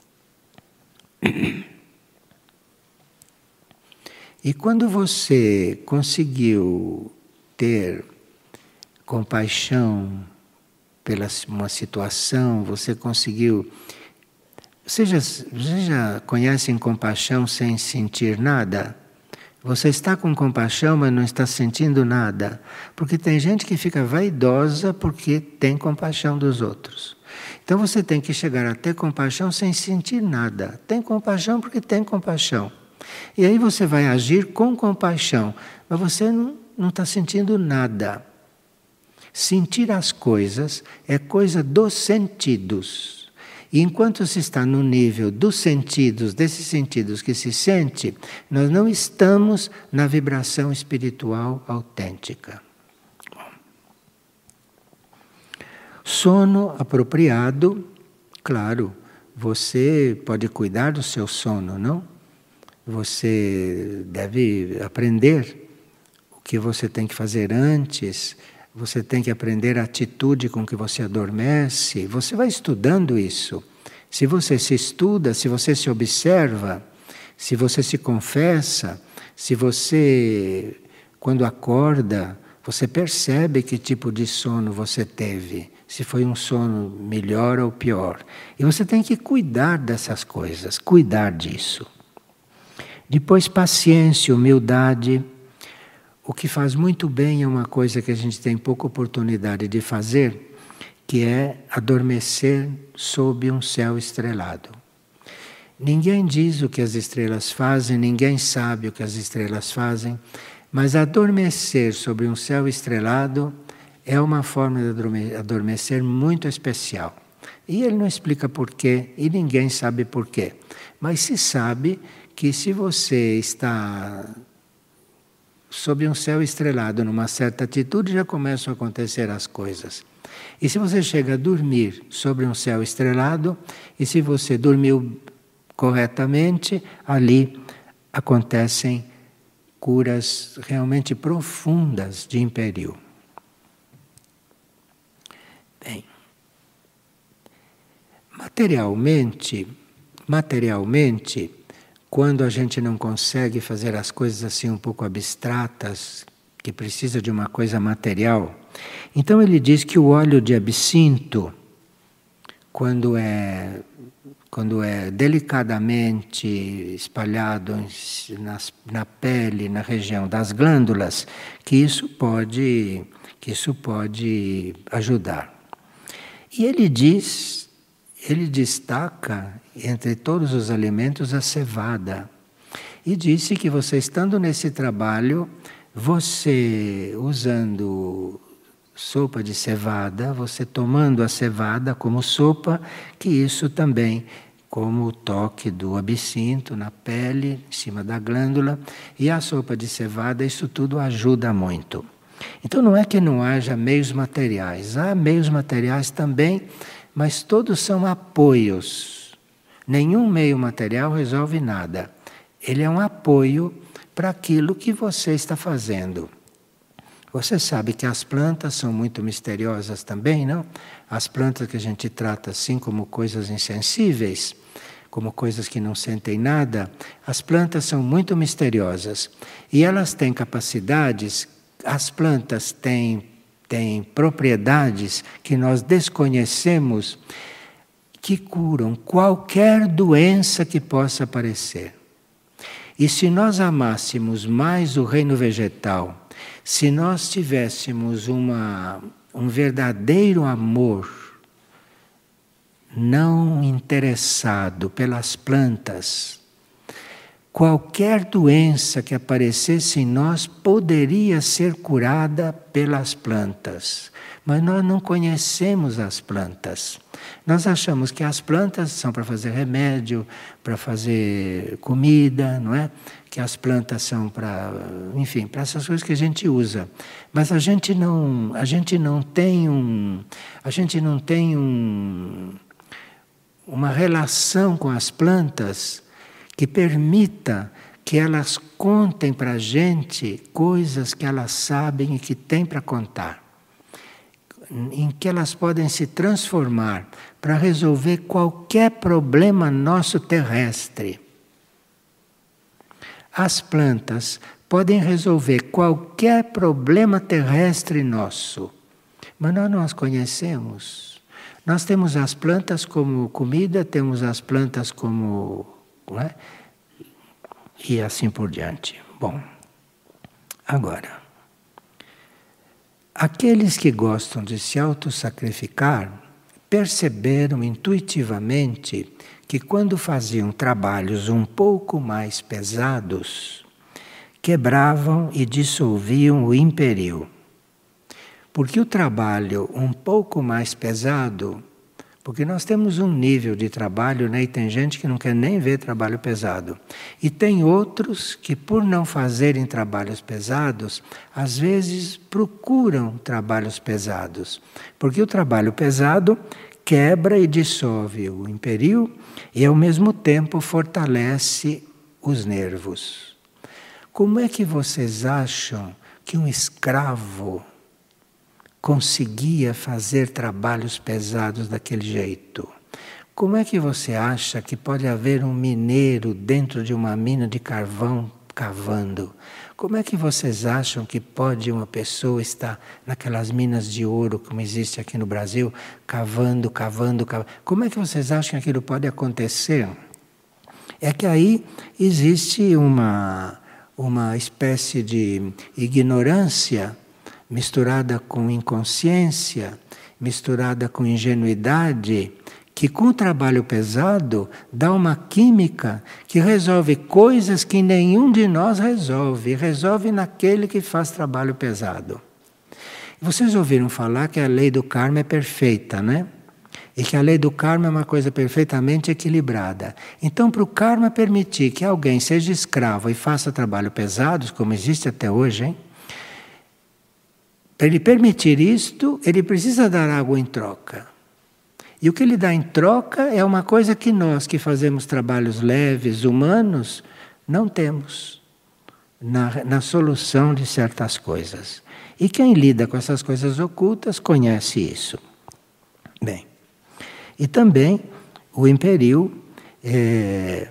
[SPEAKER 1] E quando você conseguiu ter compaixão pela uma situação, você conseguiu... Vocês já, vocês já conhecem compaixão sem sentir nada? Você está com compaixão, mas não está sentindo nada. Porque tem gente que fica vaidosa porque tem compaixão dos outros. Então você tem que chegar a ter compaixão sem sentir nada. Tem compaixão porque tem compaixão. E aí você vai agir com compaixão, mas você não, não está sentindo nada. Sentir as coisas é coisa dos sentidos. E enquanto se está no nível dos sentidos, desses sentidos que se sente, nós não estamos na vibração espiritual autêntica. Sono apropriado, claro, você pode cuidar do seu sono, não? Você deve aprender o que você tem que fazer antes, você tem que aprender a atitude com que você adormece, você vai estudando isso. Se você se estuda, se você se observa, se você se confessa, se você, quando acorda, você percebe que tipo de sono você teve, se foi um sono melhor ou pior. E você tem que cuidar dessas coisas, cuidar disso. Depois, paciência, humildade. O que faz muito bem é uma coisa que a gente tem pouca oportunidade de fazer, que é adormecer sob um céu estrelado. Ninguém diz o que as estrelas fazem, ninguém sabe o que as estrelas fazem, mas adormecer sobre um céu estrelado é uma forma de adormecer muito especial. E ele não explica porquê, e ninguém sabe porquê. Mas se sabe que se você está sob um céu estrelado, numa certa atitude, já começam a acontecer as coisas. E se você chega a dormir sobre um céu estrelado, e se você dormiu corretamente, ali acontecem curas realmente profundas de império. Bem, materialmente, materialmente, quando a gente não consegue fazer as coisas assim um pouco abstratas, que precisa de uma coisa material, então ele diz que o óleo de absinto, quando é, quando é delicadamente espalhado nas, na pele, na região das glândulas, que isso pode, que isso pode ajudar. E ele diz, ele destaca entre todos os alimentos a cevada. E disse que você estando nesse trabalho, você usando sopa de cevada, você tomando a cevada como sopa, que isso também, como o toque do absinto na pele, em cima da glândula, e a sopa de cevada, isso tudo ajuda muito. Então não é que não haja meios materiais, há meios materiais também, mas todos são apoios. Nenhum meio material resolve nada. Ele é um apoio para aquilo que você está fazendo. Você sabe que as plantas são muito misteriosas também, não? As plantas que a gente trata assim como coisas insensíveis, como coisas que não sentem nada, as plantas são muito misteriosas. E elas têm capacidades, as plantas têm, têm propriedades que nós desconhecemos, que curam qualquer doença que possa aparecer. E se nós amássemos mais o reino vegetal, se nós tivéssemos uma, um verdadeiro amor não interessado pelas plantas, qualquer doença que aparecesse em nós poderia ser curada pelas plantas. Mas nós não conhecemos as plantas. Nós achamos que as plantas são para fazer remédio, para fazer comida, não é? Que as plantas são para, enfim, para essas coisas que a gente usa. Mas a gente não, a gente não tem um, a gente não tem um, uma relação com as plantas que permita que elas contem para a gente coisas que elas sabem e que têm para contar, em que elas podem se transformar para resolver qualquer problema nosso terrestre. As plantas podem resolver qualquer problema terrestre nosso, mas nós não as conhecemos. Nós temos as plantas como comida, temos as plantas como... não é? E assim por diante. Bom, agora, aqueles que gostam de se autossacrificar perceberam intuitivamente que quando faziam trabalhos um pouco mais pesados, quebravam e dissolviam o império. Porque o trabalho um pouco mais pesado, porque nós temos um nível de trabalho, né? E tem gente que não quer nem ver trabalho pesado. E tem outros que, por não fazerem trabalhos pesados, às vezes procuram trabalhos pesados. Porque o trabalho pesado quebra e dissolve o império e, ao mesmo tempo, fortalece os nervos. Como é que vocês acham que um escravo conseguia fazer trabalhos pesados daquele jeito? Como é que você acha que pode haver um mineiro dentro de uma mina de carvão cavando? Como é que vocês acham que pode uma pessoa estar naquelas minas de ouro, como existe aqui no Brasil, cavando, cavando, cavando? Como é que vocês acham que aquilo pode acontecer? É que aí existe uma, uma espécie de ignorância misturada com inconsciência, misturada com ingenuidade, que com o trabalho pesado dá uma química que resolve coisas que nenhum de nós resolve, resolve naquele que faz trabalho pesado. Vocês ouviram falar que a lei do karma é perfeita, né? E que a lei do karma é uma coisa perfeitamente equilibrada. Então, para o karma permitir que alguém seja escravo e faça trabalho pesado, como existe até hoje, hein? Para ele permitir isto, ele precisa dar algo em troca. E o que ele dá em troca é uma coisa que nós, que fazemos trabalhos leves, humanos, não temos na, na solução de certas coisas. E quem lida com essas coisas ocultas conhece isso. Bem, e também o império é,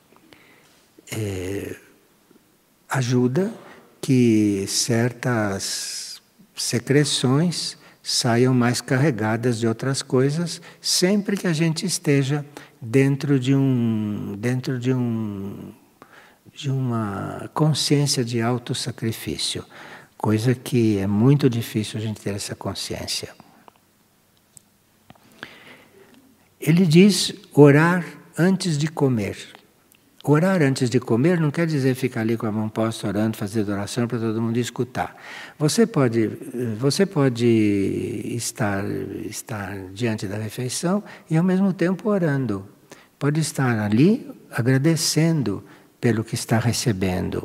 [SPEAKER 1] é, ajuda que certas secreções saiam mais carregadas de outras coisas, sempre que a gente esteja dentro de um dentro de um de uma consciência de autossacrifício, coisa que é muito difícil a gente ter essa consciência. Ele diz orar antes de comer. Orar antes de comer não quer dizer ficar ali com a mão posta orando, fazer oração para todo mundo escutar. Você pode, você pode estar, estar diante da refeição e ao mesmo tempo orando. Pode estar ali agradecendo pelo que está recebendo.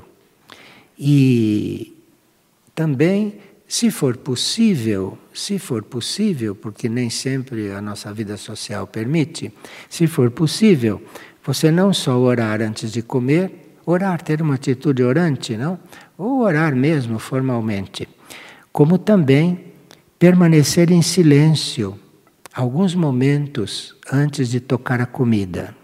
[SPEAKER 1] E também, se for possível, se for possível, porque nem sempre a nossa vida social permite, se for possível, você não só orar antes de comer, orar, ter uma atitude orante, não? Ou orar mesmo formalmente, como também permanecer em silêncio alguns momentos antes de tocar a comida.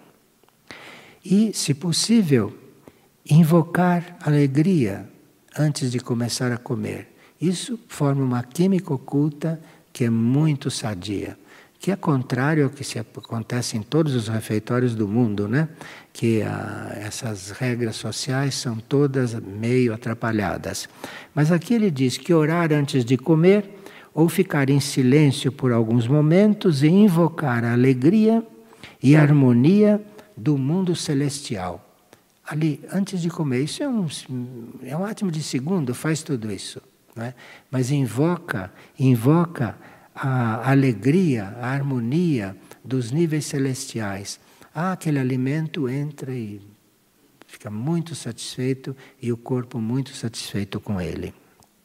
[SPEAKER 1] E, se possível, invocar alegria antes de começar a comer. Isso forma uma química oculta que é muito sadia. Que é contrário ao que se acontece em todos os refeitórios do mundo, né? Que ah, essas regras sociais são todas meio atrapalhadas. Mas aqui ele diz que orar antes de comer, ou ficar em silêncio por alguns momentos e invocar a alegria e a harmonia do mundo celestial. Ali, antes de comer, isso é um, é um átimo de segundo, faz tudo isso. Não é? Mas invoca, invoca a alegria, a harmonia dos níveis celestiais. Ah, aquele alimento entra e fica muito satisfeito e o corpo muito satisfeito com ele.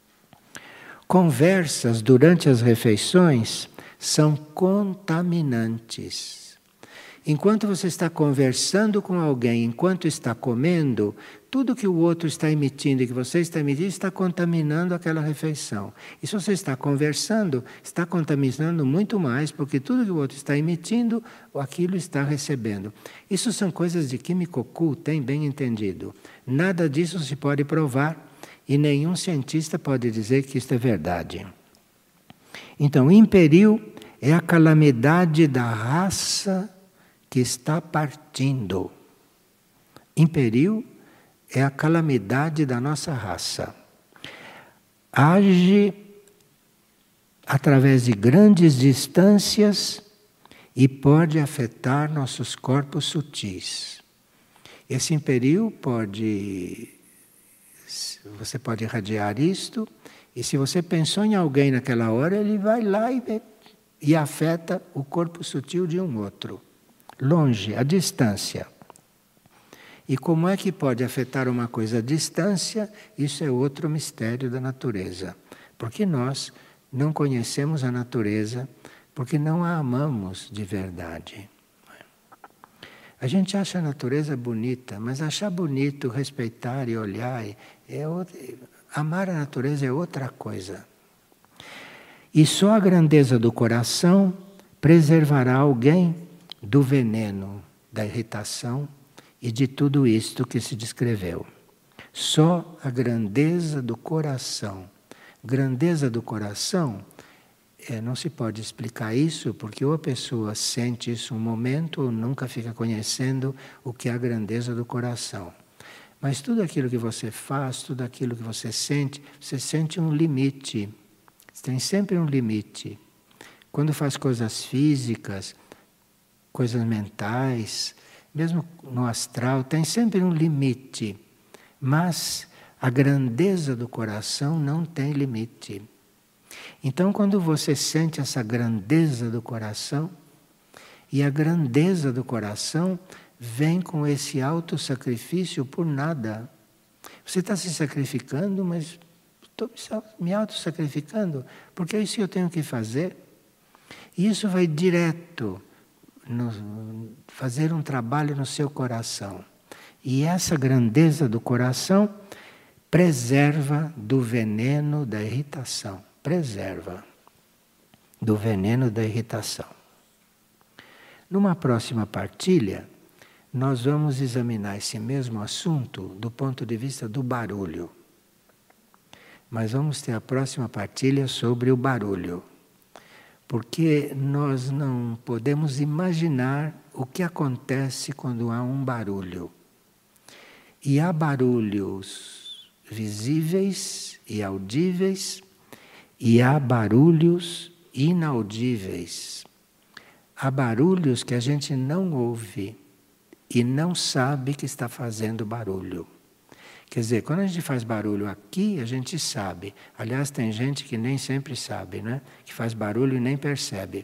[SPEAKER 1] Conversas durante as refeições são contaminantes. Enquanto você está conversando com alguém, enquanto está comendo, tudo que o outro está emitindo e que você está emitindo está contaminando aquela refeição. E se você está conversando, está contaminando muito mais, porque tudo que o outro está emitindo, aquilo está recebendo. Isso são coisas de química oculta, hein? Bem entendido. Nada disso se pode provar e nenhum cientista pode dizer que isto é verdade. Então, imperiu é a calamidade da raça que está partindo. Imperiu é a calamidade da nossa raça. Age através de grandes distâncias e pode afetar nossos corpos sutis. Esse imperiu pode... Você pode irradiar isto, e se você pensou em alguém naquela hora, ele vai lá e, e afeta o corpo sutil de um outro. Longe, à distância. E como é que pode afetar uma coisa à distância? Isso é outro mistério da natureza. Porque nós não conhecemos a natureza, porque não a amamos de verdade. A gente acha a natureza bonita, mas achar bonito, respeitar e olhar, é outra, amar a natureza é outra coisa. E só a grandeza do coração preservará alguém do veneno, da irritação e de tudo isto que se descreveu. Só a grandeza do coração. Grandeza do coração, é, não se pode explicar isso, porque ou a pessoa sente isso um momento ou nunca fica conhecendo o que é a grandeza do coração. Mas tudo aquilo que você faz, tudo aquilo que você sente, você sente um limite. Tem sempre um limite. Quando faz coisas físicas, coisas mentais, mesmo no astral, tem sempre um limite. Mas a grandeza do coração não tem limite. Então, quando você sente essa grandeza do coração, e a grandeza do coração vem com esse auto-sacrifício por nada. Você está se sacrificando, mas estou me auto-sacrificando, porque é isso que eu tenho que fazer. E isso vai direto no, fazer um trabalho no seu coração. E essa grandeza do coração preserva do veneno da irritação. Preserva do veneno da irritação. Numa próxima partilha, nós vamos examinar esse mesmo assunto do ponto de vista do barulho. Mas vamos ter a próxima partilha sobre o barulho. Porque nós não podemos imaginar o que acontece quando há um barulho. E há barulhos visíveis e audíveis, e há barulhos inaudíveis. há barulhos que a gente não ouve e não sabe que está fazendo barulho. Quer dizer, quando a gente faz barulho aqui, a gente sabe. Aliás, tem gente que nem sempre sabe, né? Que faz barulho e nem percebe.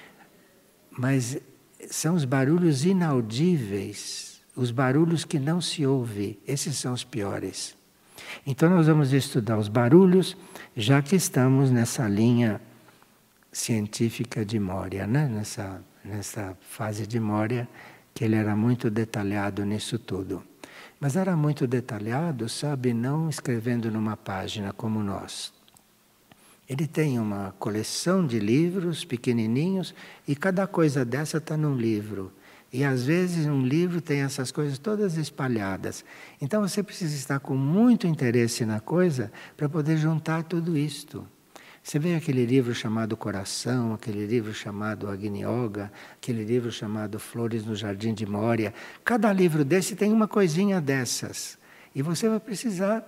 [SPEAKER 1] Mas são os barulhos inaudíveis, os barulhos que não se ouve. Esses são os piores. Então nós vamos estudar os barulhos, já que estamos nessa linha científica de Moria, né? Nessa, nessa fase de Moria, que ele era muito detalhado nisso tudo. Mas era muito detalhado, sabe, não escrevendo numa página como nós. Ele tem uma coleção de livros pequenininhos e cada coisa dessa está num livro. E às vezes um livro tem essas coisas todas espalhadas. Então você precisa estar com muito interesse na coisa para poder juntar tudo isto. Você vê aquele livro chamado Coração, aquele livro chamado Agni Yoga, aquele livro chamado Flores no Jardim de Moria. Cada livro desse tem uma coisinha dessas. E você vai precisar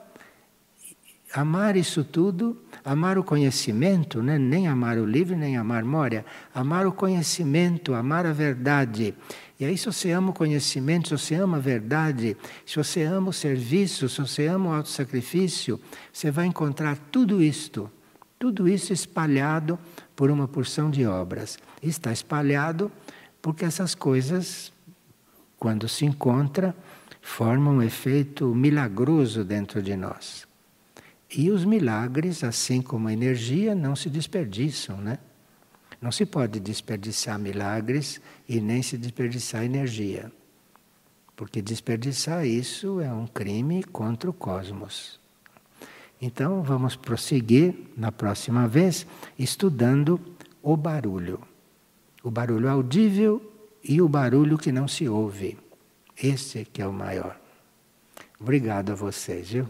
[SPEAKER 1] amar isso tudo, amar o conhecimento, né? Nem amar o livro, nem amar Moria. Amar o conhecimento, amar a verdade. E aí se você ama o conhecimento, se você ama a verdade, se você ama o serviço, se você ama o autossacrifício, você vai encontrar tudo isto. Tudo isso espalhado por uma porção de obras. Está espalhado porque essas coisas, quando se encontram, formam um efeito milagroso dentro de nós. E os milagres, assim como a energia, não se desperdiçam, né? Não se pode desperdiçar milagres e nem se desperdiçar energia. Porque desperdiçar isso é um crime contra o cosmos. Então, vamos prosseguir na próxima vez estudando o barulho. O barulho audível e o barulho que não se ouve. Esse que é o maior. Obrigado a vocês, viu?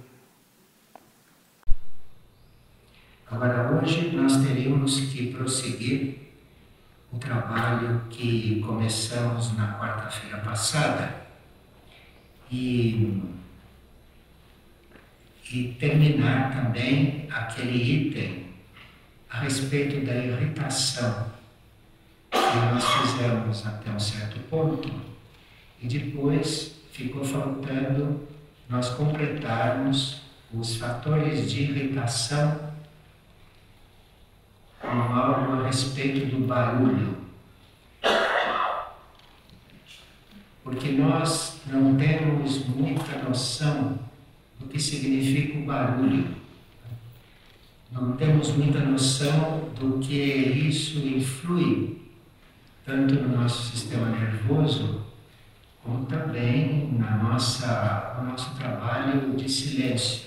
[SPEAKER 1] Agora, hoje nós teríamos que prosseguir o trabalho que começamos na quarta-feira passada e... E terminar também aquele item a respeito da irritação que nós fizemos até um certo ponto e depois ficou faltando nós completarmos os fatores de irritação com algo a respeito do barulho. Porque nós não temos muita noção do que significa o barulho. Não temos muita noção do que isso influi, tanto no nosso sistema nervoso, como também na nossa, no nosso trabalho de silêncio.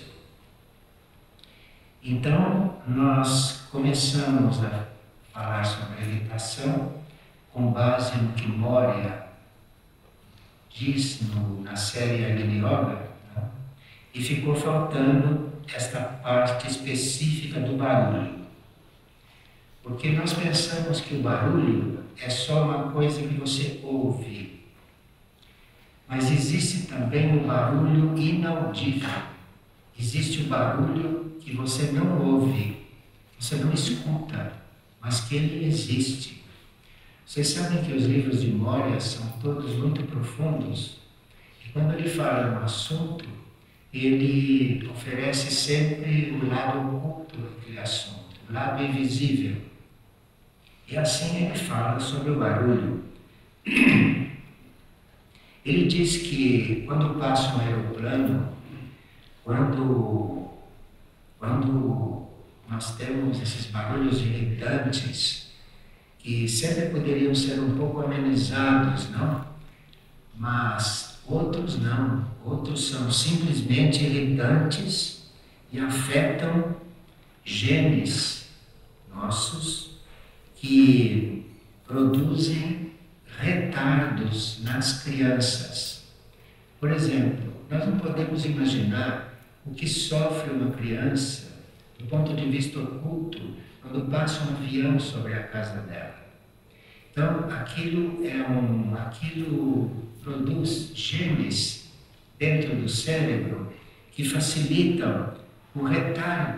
[SPEAKER 1] Então, nós começamos a falar sobre a irritação com base no que Moria diz no, na série Agni Yoga, e ficou faltando esta parte específica do barulho. Porque nós pensamos que o barulho é só uma coisa que você ouve. Mas existe também o barulho inaudível. Existe o barulho que você não ouve, você não escuta, mas que ele existe. Vocês sabem que os livros de Moria são todos muito profundos. E quando ele fala no assunto, ele oferece sempre o lado oculto daquele assunto, o lado invisível. E assim ele fala sobre o barulho. Ele diz que quando passa um aeroplano, quando, quando nós temos esses barulhos irritantes, que sempre poderiam ser um pouco amenizados, não? Mas outros não, outros são simplesmente irritantes e afetam genes nossos que produzem retardos nas crianças. Por exemplo, nós não podemos imaginar o que sofre uma criança do ponto de vista oculto quando passa um avião sobre a casa dela. Então, aquilo, é um, aquilo produz genes dentro do cérebro que facilitam o retardo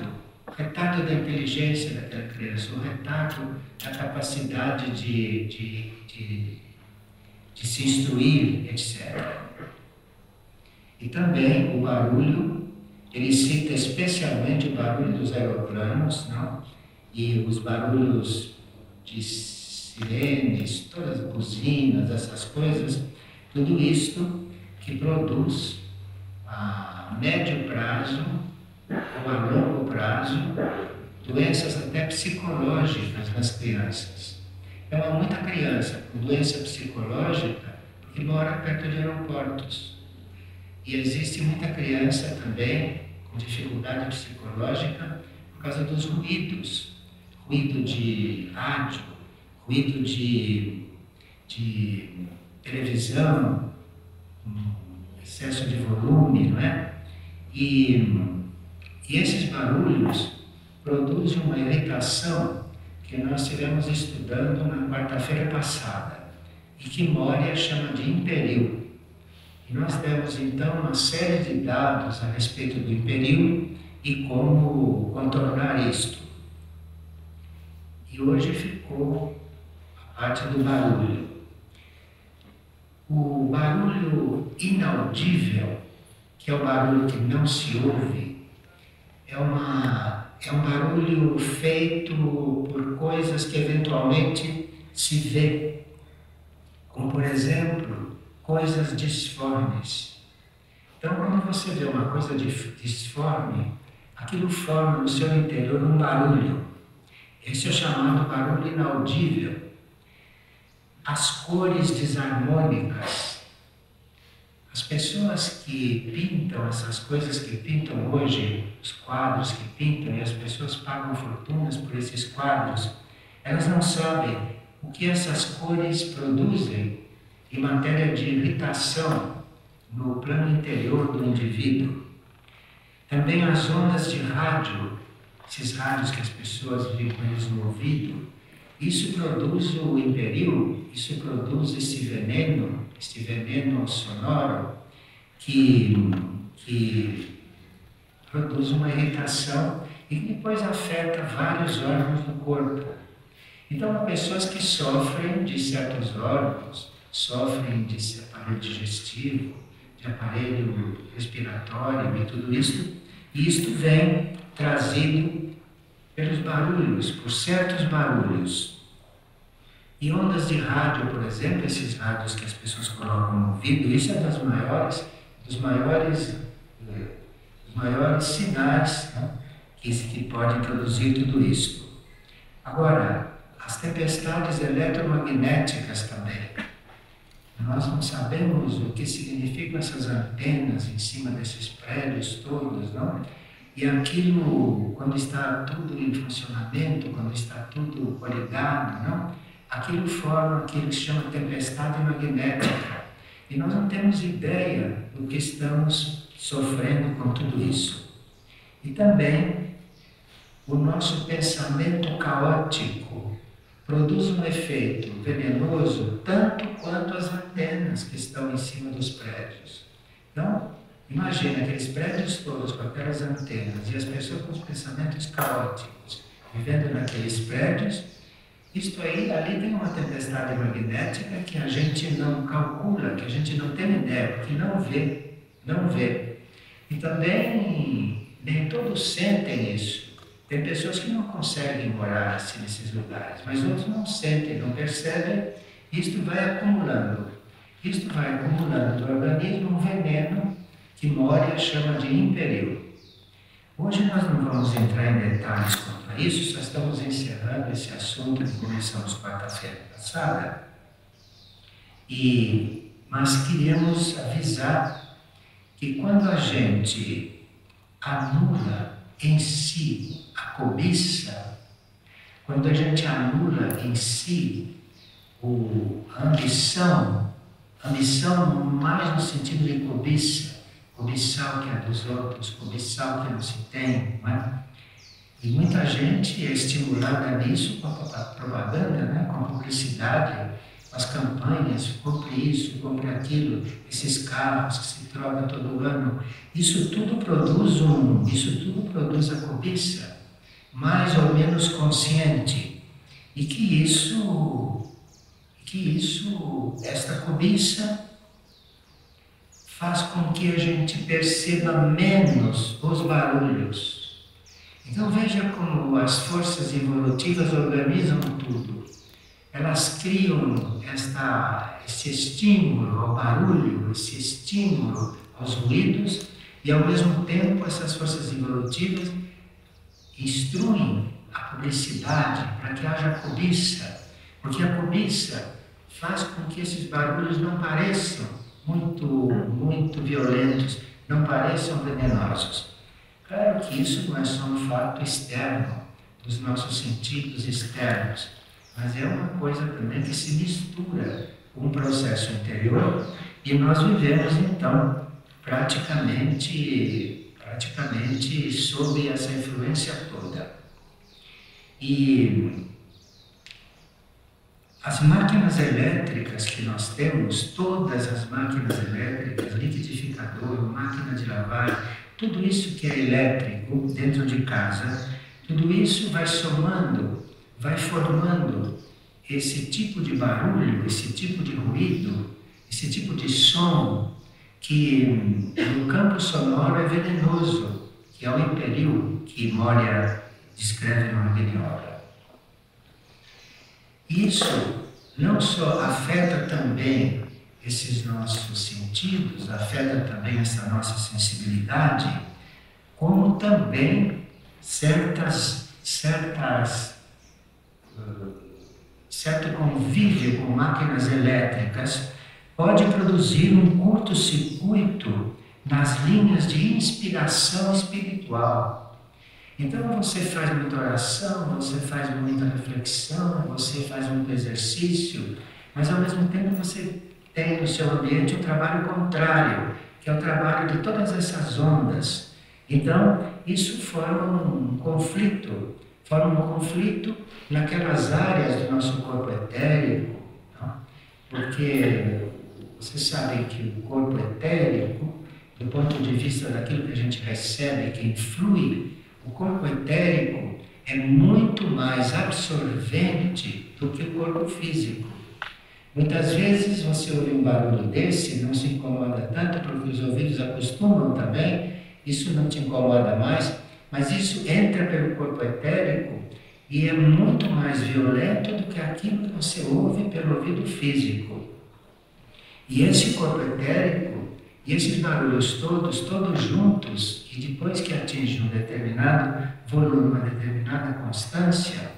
[SPEAKER 1] o retardo da inteligência daquela criança, o retardo da capacidade de, de, de, de se instruir, etcétera. E também o barulho, ele cita especialmente o barulho dos aeroplanos, não? E os barulhos de sirenes, todas as buzinas, essas coisas, tudo isto que produz a médio prazo ou a longo prazo doenças até psicológicas nas crianças. É uma muita criança com doença psicológica que mora perto de aeroportos. E existe muita criança também com dificuldade psicológica por causa dos ruídos. Ruído de rádio, ruído de, de televisão, excesso de volume, não é? E, e esses barulhos produzem uma irritação que nós estivemos estudando na quarta-feira passada e que Moria chama de imperio. E nós temos então uma série de dados a respeito do imperio e como contornar isto. E hoje ficou a parte do barulho. O barulho inaudível, que é o barulho que não se ouve, é, uma, é um barulho feito por coisas que eventualmente se vê, como por exemplo, coisas disformes. Então, quando você vê uma coisa disforme, aquilo forma no seu interior um barulho. Esse é o chamado barulho inaudível. As cores desarmônicas. As pessoas que pintam essas coisas que pintam hoje, os quadros que pintam, e as pessoas pagam fortunas por esses quadros, elas não sabem o que essas cores produzem em matéria de irritação no plano interior do indivíduo. Também as ondas de rádio, esses rádios que as pessoas vivem com eles no ouvido, isso produz o imperio, isso produz esse veneno, esse veneno sonoro que, que produz uma irritação e que depois afeta vários órgãos do corpo. Então, há pessoas que sofrem de certos órgãos, sofrem de aparelho digestivo, de aparelho respiratório e tudo isso, e isto vem trazido pelos barulhos, por certos barulhos. E ondas de rádio, por exemplo, esses rádios que as pessoas colocam no ouvido, isso é das maiores, dos maiores, dos maiores sinais, né, que, que podem produzir tudo isso. Agora, as tempestades eletromagnéticas também. Nós não sabemos o que significam essas antenas em cima desses prédios todos, não? E aquilo, quando está tudo em funcionamento, quando está tudo coligado, não? Aquilo forma aquilo que se chama tempestade magnética. E nós não temos ideia do que estamos sofrendo com tudo isso. E também o nosso pensamento caótico produz um efeito venenoso tanto quanto as antenas que estão em cima dos prédios. Então, imagina aqueles prédios todos com aquelas antenas e as pessoas com os pensamentos caóticos vivendo naqueles prédios. Isto aí, ali tem uma tempestade magnética que a gente não calcula, que a gente não tem ideia, porque não vê, não vê. E também nem todos sentem isso. Tem pessoas que não conseguem morar assim nesses lugares, mas outros não sentem, não percebem. Isto vai acumulando. Isto vai acumulando no organismo um veneno que Moria chama de imperio. Hoje nós não vamos entrar em detalhes quanto a isso, só estamos encerrando esse assunto que começamos quarta-feira passada. E, mas queríamos avisar que quando a gente anula em si a cobiça, quando a gente anula em si o, a ambição, ambição mais no sentido de cobiça, cobiçar o que é dos outros, cobiçar o que não se tem, não é? E muita gente é estimulada nisso com a propaganda, né? Com a publicidade, com as campanhas, compre isso, compre aquilo, esses carros que se trocam todo ano. Isso tudo produz um, isso tudo produz a cobiça. mais ou menos consciente, e que isso, que isso, esta cobiça faz com que a gente perceba menos os barulhos. Então veja como as forças evolutivas organizam tudo. Elas criam esta, esse estímulo ao barulho, esse estímulo aos ruídos, e ao mesmo tempo essas forças evolutivas instruem a publicidade para que haja cobiça, porque a cobiça faz com que esses barulhos não pareçam muito, muito violentos, não pareçam venenosos. Claro que isso não é só um fato externo, dos nossos sentidos externos, mas é uma coisa também que se mistura com um processo interior, e nós vivemos então praticamente, praticamente sob essa influência toda. E as máquinas elétricas que nós temos, todas as máquinas elétricas, liquidificador, máquina de lavar, tudo isso que é elétrico dentro de casa, tudo isso vai somando, vai formando esse tipo de barulho, esse tipo de ruído, esse tipo de som que no campo sonoro é venenoso, que é o imperiu que Moria descreve no Agni-yoga. Isso não só afeta também esses nossos sentidos, afeta também essa nossa sensibilidade, como também certas, certas, uh, certo convívio com máquinas elétricas pode produzir um curto-circuito nas linhas de inspiração espiritual. Então você faz muita oração, você faz muita reflexão, você faz muito exercício, mas ao mesmo tempo você tem no seu ambiente o trabalho contrário, que é o trabalho de todas essas ondas. Então isso forma um conflito, forma um conflito naquelas áreas do nosso corpo etérico, não? Porque vocês sabem que o corpo etérico, do ponto de vista daquilo que a gente recebe, que influi, o corpo etérico é muito mais absorvente do que o corpo físico. Muitas vezes você ouve um barulho desse, não se incomoda tanto, porque os ouvidos acostumam também, isso não te incomoda mais, mas isso entra pelo corpo etérico e é muito mais violento do que aquilo que você ouve pelo ouvido físico. E esse corpo etérico, e esses barulhos todos, todos juntos, e depois que atingem um determinado volume, uma determinada constância,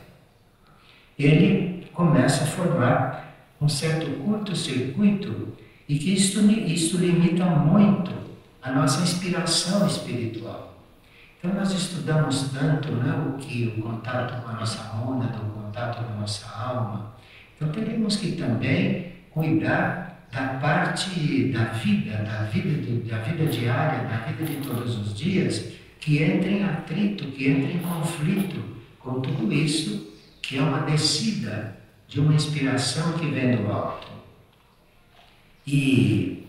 [SPEAKER 1] ele começa a formar um certo curto-circuito, e que isso, isso limita muito a nossa inspiração espiritual. Então nós estudamos tanto, né, o que o contato com a nossa mônada, o contato com a nossa alma. Então teremos que também cuidar da parte da vida, da vida, da vida diária, da vida de todos os dias, que entra em atrito, que entra em conflito com tudo isso, que é uma descida de uma inspiração que vem do alto. E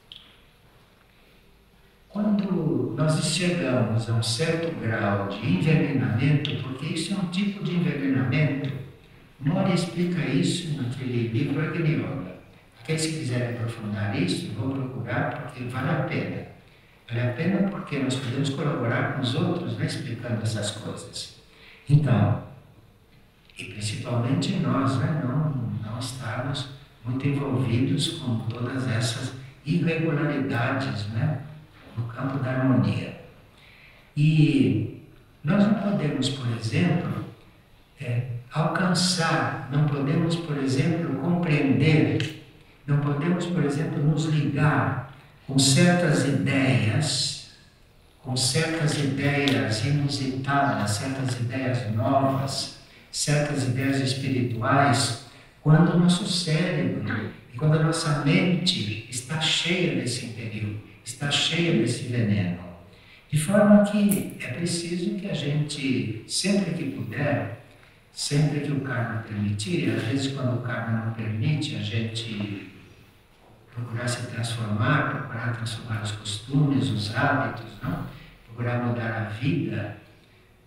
[SPEAKER 1] quando nós chegamos a um certo grau de envenenamento, porque isso é um tipo de envenenamento, Moria explica isso naquele livro Agni-yoga. Aqueles que quiserem aprofundar isso, vão procurar, porque vale a pena. Vale a pena porque nós podemos colaborar com os outros, né, explicando essas coisas. Então, e principalmente nós, né, não, não estarmos muito envolvidos com todas essas irregularidades, né, no campo da harmonia. E nós não podemos, por exemplo, é, alcançar, não podemos, por exemplo, compreender, não podemos, por exemplo, nos ligar com certas ideias, com certas ideias inusitadas, certas ideias novas, certas ideias espirituais, quando o nosso cérebro e quando a nossa mente está cheia desse império, está cheia desse veneno. De forma que é preciso que a gente, sempre que puder, sempre que o karma permitir, e às vezes quando o karma não permite, a gente procurar se transformar, procurar transformar os costumes, os hábitos, não? Procurar mudar a vida,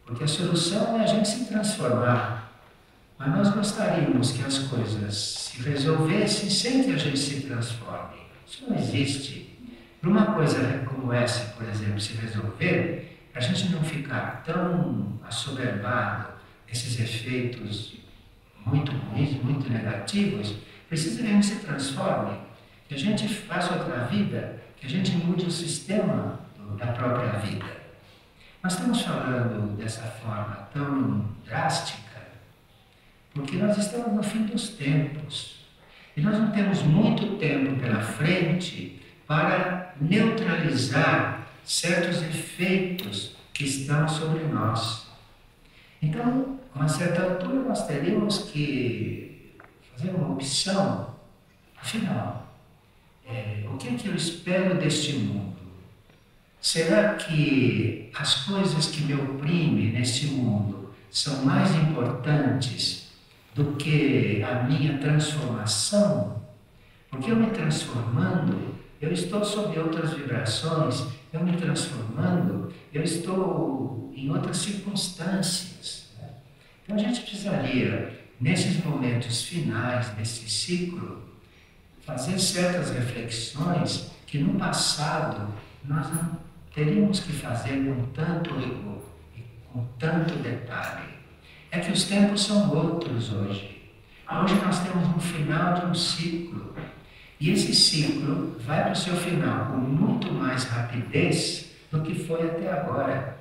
[SPEAKER 1] Porque a solução é a gente se transformar. Mas nós gostaríamos que as coisas se resolvessem sem que a gente se transforme. Isso não existe. Para uma coisa como essa, por exemplo, se resolver, a gente não ficar tão assoberbado esses efeitos muito ruins, muito negativos, precisa que a gente se transforme, que a gente faça outra vida, que a gente mude o sistema da própria vida. Nós estamos falando dessa forma tão drástica porque nós estamos no fim dos tempos e nós não temos muito tempo pela frente para neutralizar certos efeitos que estão sobre nós. Então, a uma certa altura, nós teríamos que fazer uma opção. Afinal, é, o que é que eu espero deste mundo? Será que as coisas que me oprimem neste mundo são mais importantes do que a minha transformação? Porque eu me transformando, eu estou sob outras vibrações, eu me transformando, eu estou em outras circunstâncias. Né? Então a gente precisaria, nesses momentos finais desse ciclo, fazer certas reflexões que no passado nós não teríamos que fazer com tanto rigor e com tanto detalhe. É que os tempos são outros hoje. Hoje nós temos um final de um ciclo. E esse ciclo vai para o seu final com muito mais rapidez do que foi até agora.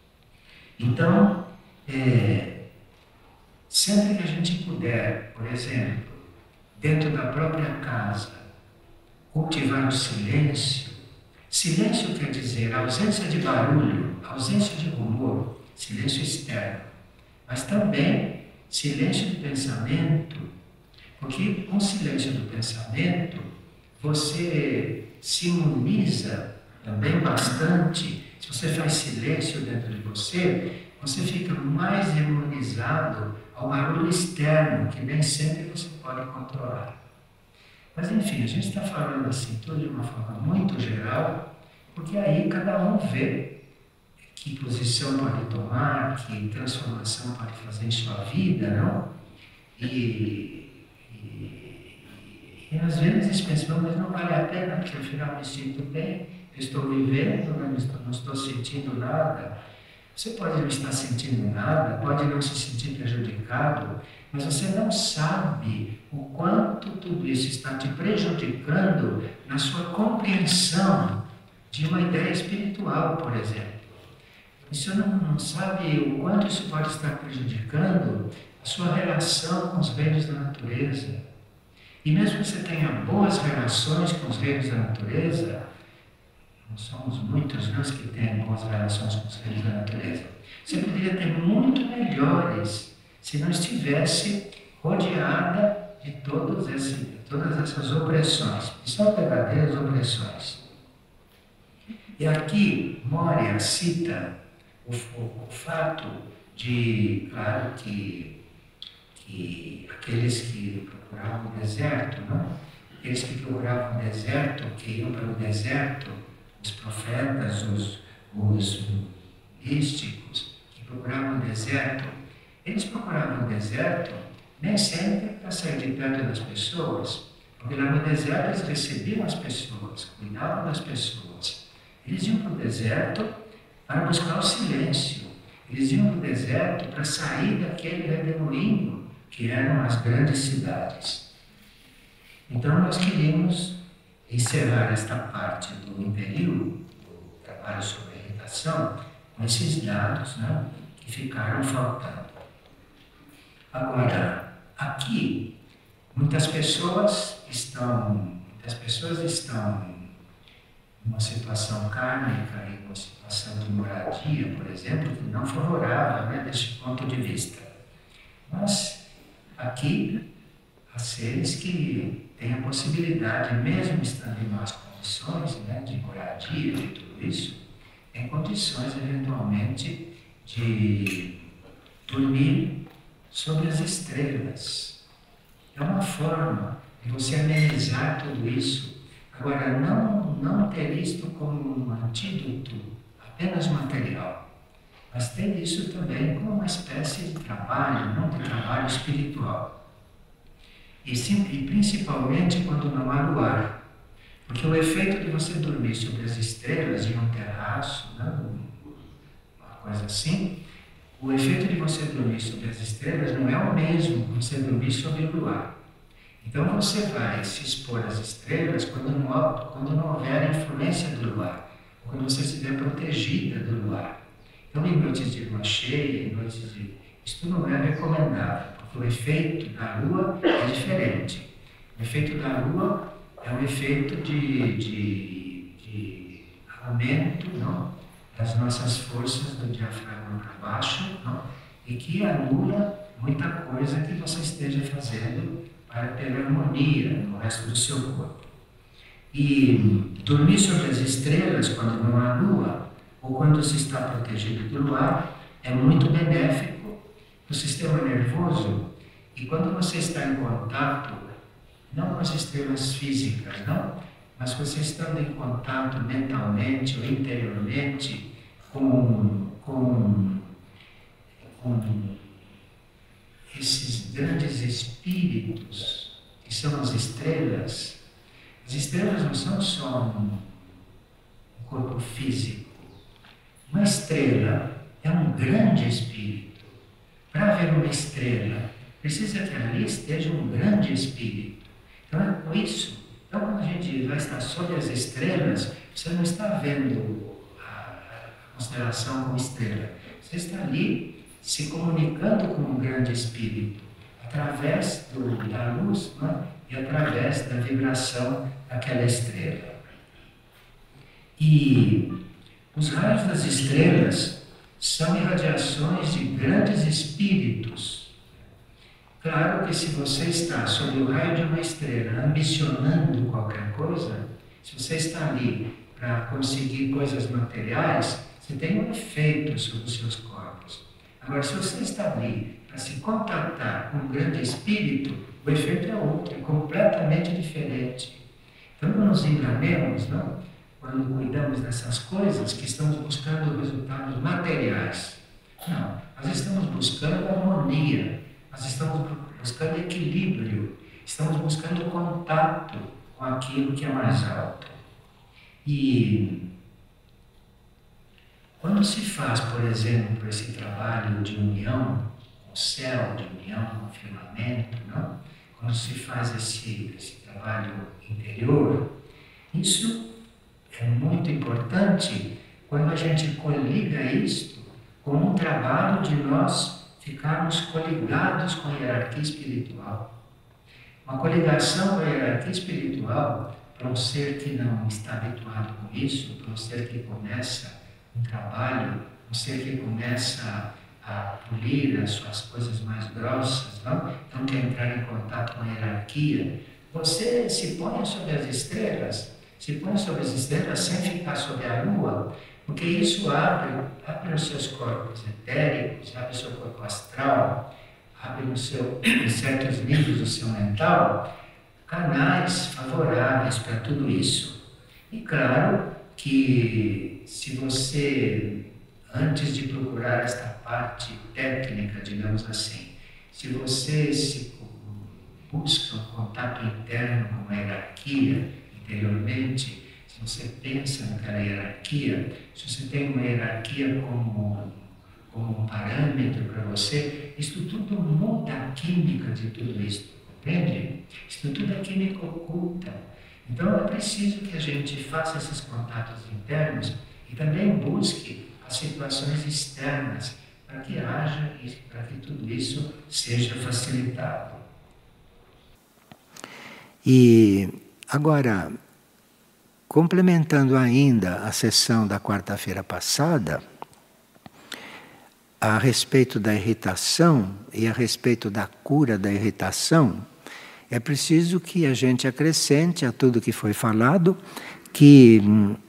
[SPEAKER 1] Então, é, sempre que a gente puder, por exemplo, dentro da própria casa, cultivar o silêncio. Silêncio quer dizer ausência de barulho, ausência de rumor, silêncio externo. Mas também silêncio de pensamento, porque com silêncio do pensamento você se imuniza também bastante. Se você faz silêncio dentro de você, você fica mais imunizado ao barulho externo, que nem sempre você pode controlar. Mas enfim, a gente está falando assim tudo de uma forma muito geral, porque aí cada um vê que posição pode tomar, que transformação pode fazer em sua vida, não? E, e, e às vezes pensamos, mas não vale a pena, porque afinal me sinto bem, eu estou vivendo, não estou, não estou sentindo nada. Você pode não estar sentindo nada, pode não se sentir prejudicado, mas você não sabe o quanto tudo isso está te prejudicando na sua compreensão de uma ideia espiritual, por exemplo. Você não, não sabe o quanto isso pode estar prejudicando a sua relação com os reinos da natureza. E mesmo que você tenha boas relações com os reinos da natureza, não somos muitos nós que têm boas relações com os reinos da natureza, você poderia ter muito melhores se não estivesse rodeada de todos esse, todas essas opressões. E são verdadeiras opressões. E aqui Moria cita o, o, o fato de, claro, que, que aqueles que procuravam o deserto, não? Aqueles que procuravam o deserto, que iam para o deserto, os profetas, os, os místicos, que procuravam o deserto, eles procuravam o deserto nem sempre para sair de perto das pessoas, porque lá no deserto eles recebiam as pessoas, cuidavam das pessoas. Eles iam para o deserto para buscar o silêncio. Eles iam para o deserto para sair daquele redemoinho que eram as grandes cidades. Então nós queríamos encerrar esta parte do imperio, do trabalho sobre a irritação, com esses dados, né, que ficaram faltando. Agora, aqui, muitas pessoas estão, muitas pessoas estão uma situação kármica e uma situação de moradia, por exemplo, que não favorável, né, desse ponto de vista. Mas aqui há seres que têm a possibilidade, mesmo estando em más condições, né, de moradia, de tudo isso, em condições eventualmente de dormir sobre as estrelas. É uma forma de você amenizar tudo isso. Agora, não, não ter isto como um antídoto apenas material. mas ter isso também como uma espécie de trabalho, não de trabalho espiritual. E, sim, e principalmente quando não há luar. Porque o efeito de você dormir sobre as estrelas em um terraço, não, uma coisa assim, o efeito de você dormir sobre as estrelas não é o mesmo que você dormir sobre o luar. Então você vai se expor às estrelas quando não, quando não houver influência do luar, quando você estiver protegida do luar. Então, em noites de lua cheia, em noites de... Isso não é recomendável, porque o efeito da lua é diferente. O efeito da lua é um efeito de, de, de aumento, não, das nossas forças do diafragma para baixo, não, e que anula muita coisa que você esteja fazendo para ter harmonia no resto do seu corpo. E dormir sobre as estrelas quando não há lua, ou quando se está protegido do luar, é muito benéfico para o sistema nervoso. E quando você está em contato, não com as estrelas físicas, não, mas você estando em contato mentalmente ou interiormente com, com, com esses grandes espíritos que são as estrelas. As estrelas não são só um corpo físico. Uma estrela é um grande espírito. Para haver uma estrela, precisa que ali esteja um grande espírito. Então é com isso. Então quando a gente vai estar sobre as estrelas, você não está vendo a constelação como estrela. Você está ali se comunicando com um grande espírito, através do, da luz, não? E através da vibração daquela estrela. E os raios das estrelas são irradiações de grandes espíritos. Claro que se você está sob o raio de uma estrela ambicionando qualquer coisa, se você está ali para conseguir coisas materiais, você tem um efeito sobre os seus corpos. Agora, se você está ali para se contatar com um grande espírito, o efeito é outro, é completamente diferente. Então não nos enganemos, não? Quando cuidamos dessas coisas que estamos buscando resultados materiais. Não, nós estamos buscando harmonia, nós estamos buscando equilíbrio, estamos buscando contato com aquilo que é mais alto. E quando se faz, por exemplo, esse trabalho de união com o céu, de união com o firmamento, não? Quando se faz esse, esse trabalho interior, isso é muito importante quando a gente coliga isto com um trabalho de nós ficarmos coligados com a hierarquia espiritual. Uma coligação com a hierarquia espiritual, para um ser que não está habituado com isso, para um ser que começa um trabalho, um ser que começa a polir as suas coisas mais grossas, não? Então quer entrar em contato com a hierarquia, você se põe sobre as estrelas, se põe sobre as estrelas sem ficar sobre a lua, porque isso abre, abre os seus corpos etéricos, abre o seu corpo astral, abre no seu, em certos níveis do seu mental, canais favoráveis para tudo isso. E claro que se você, antes de procurar esta parte técnica, digamos assim, se você se busca um contato interno com a hierarquia interiormente, se você pensa naquela hierarquia, se você tem uma hierarquia como, como um parâmetro para você, isso tudo muda a química de tudo isso, compreende? Isso tudo é química oculta. Então é preciso que a gente faça esses contatos internos e também busque as situações externas para que haja isso, para que tudo isso seja facilitado. E agora, complementando ainda a sessão da quarta-feira passada, a respeito da irritação e a respeito da cura da irritação, é preciso que a gente acrescente a tudo que foi falado que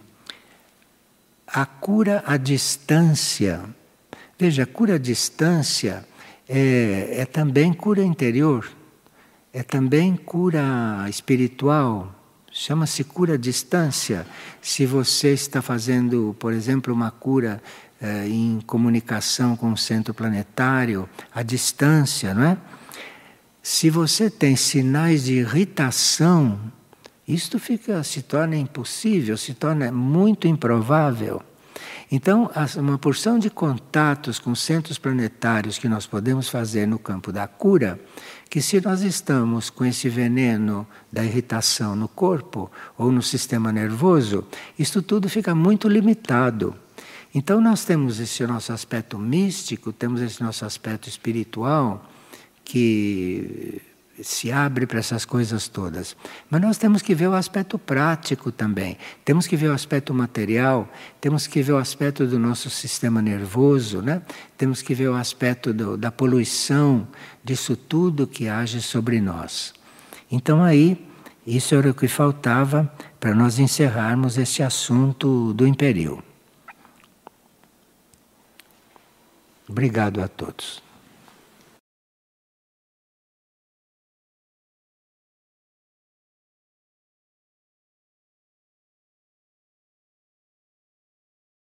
[SPEAKER 1] a cura à distância, veja, a cura à distância é, é também cura interior, é também cura espiritual, Chama-se cura à distância. Se você está fazendo, por exemplo, uma cura eh, em comunicação com o centro planetário, à distância, não é? Se você tem sinais de irritação, isto fica, se torna impossível, se torna muito improvável. Então, uma porção de contatos com centros planetários que nós podemos fazer no campo da cura, que se nós estamos com esse veneno da irritação no corpo ou no sistema nervoso, isto tudo fica muito limitado. Então, nós temos esse nosso aspecto místico, temos esse nosso aspecto espiritual, que se abre para essas coisas todas. Mas nós temos que ver o aspecto prático também. Temos que ver o aspecto material, temos que ver o aspecto do nosso sistema nervoso, né? Temos que ver o aspecto do, da poluição, disso tudo que age sobre nós. Então aí, isso era o que faltava para nós encerrarmos esse assunto do Imperial. Obrigado a todos.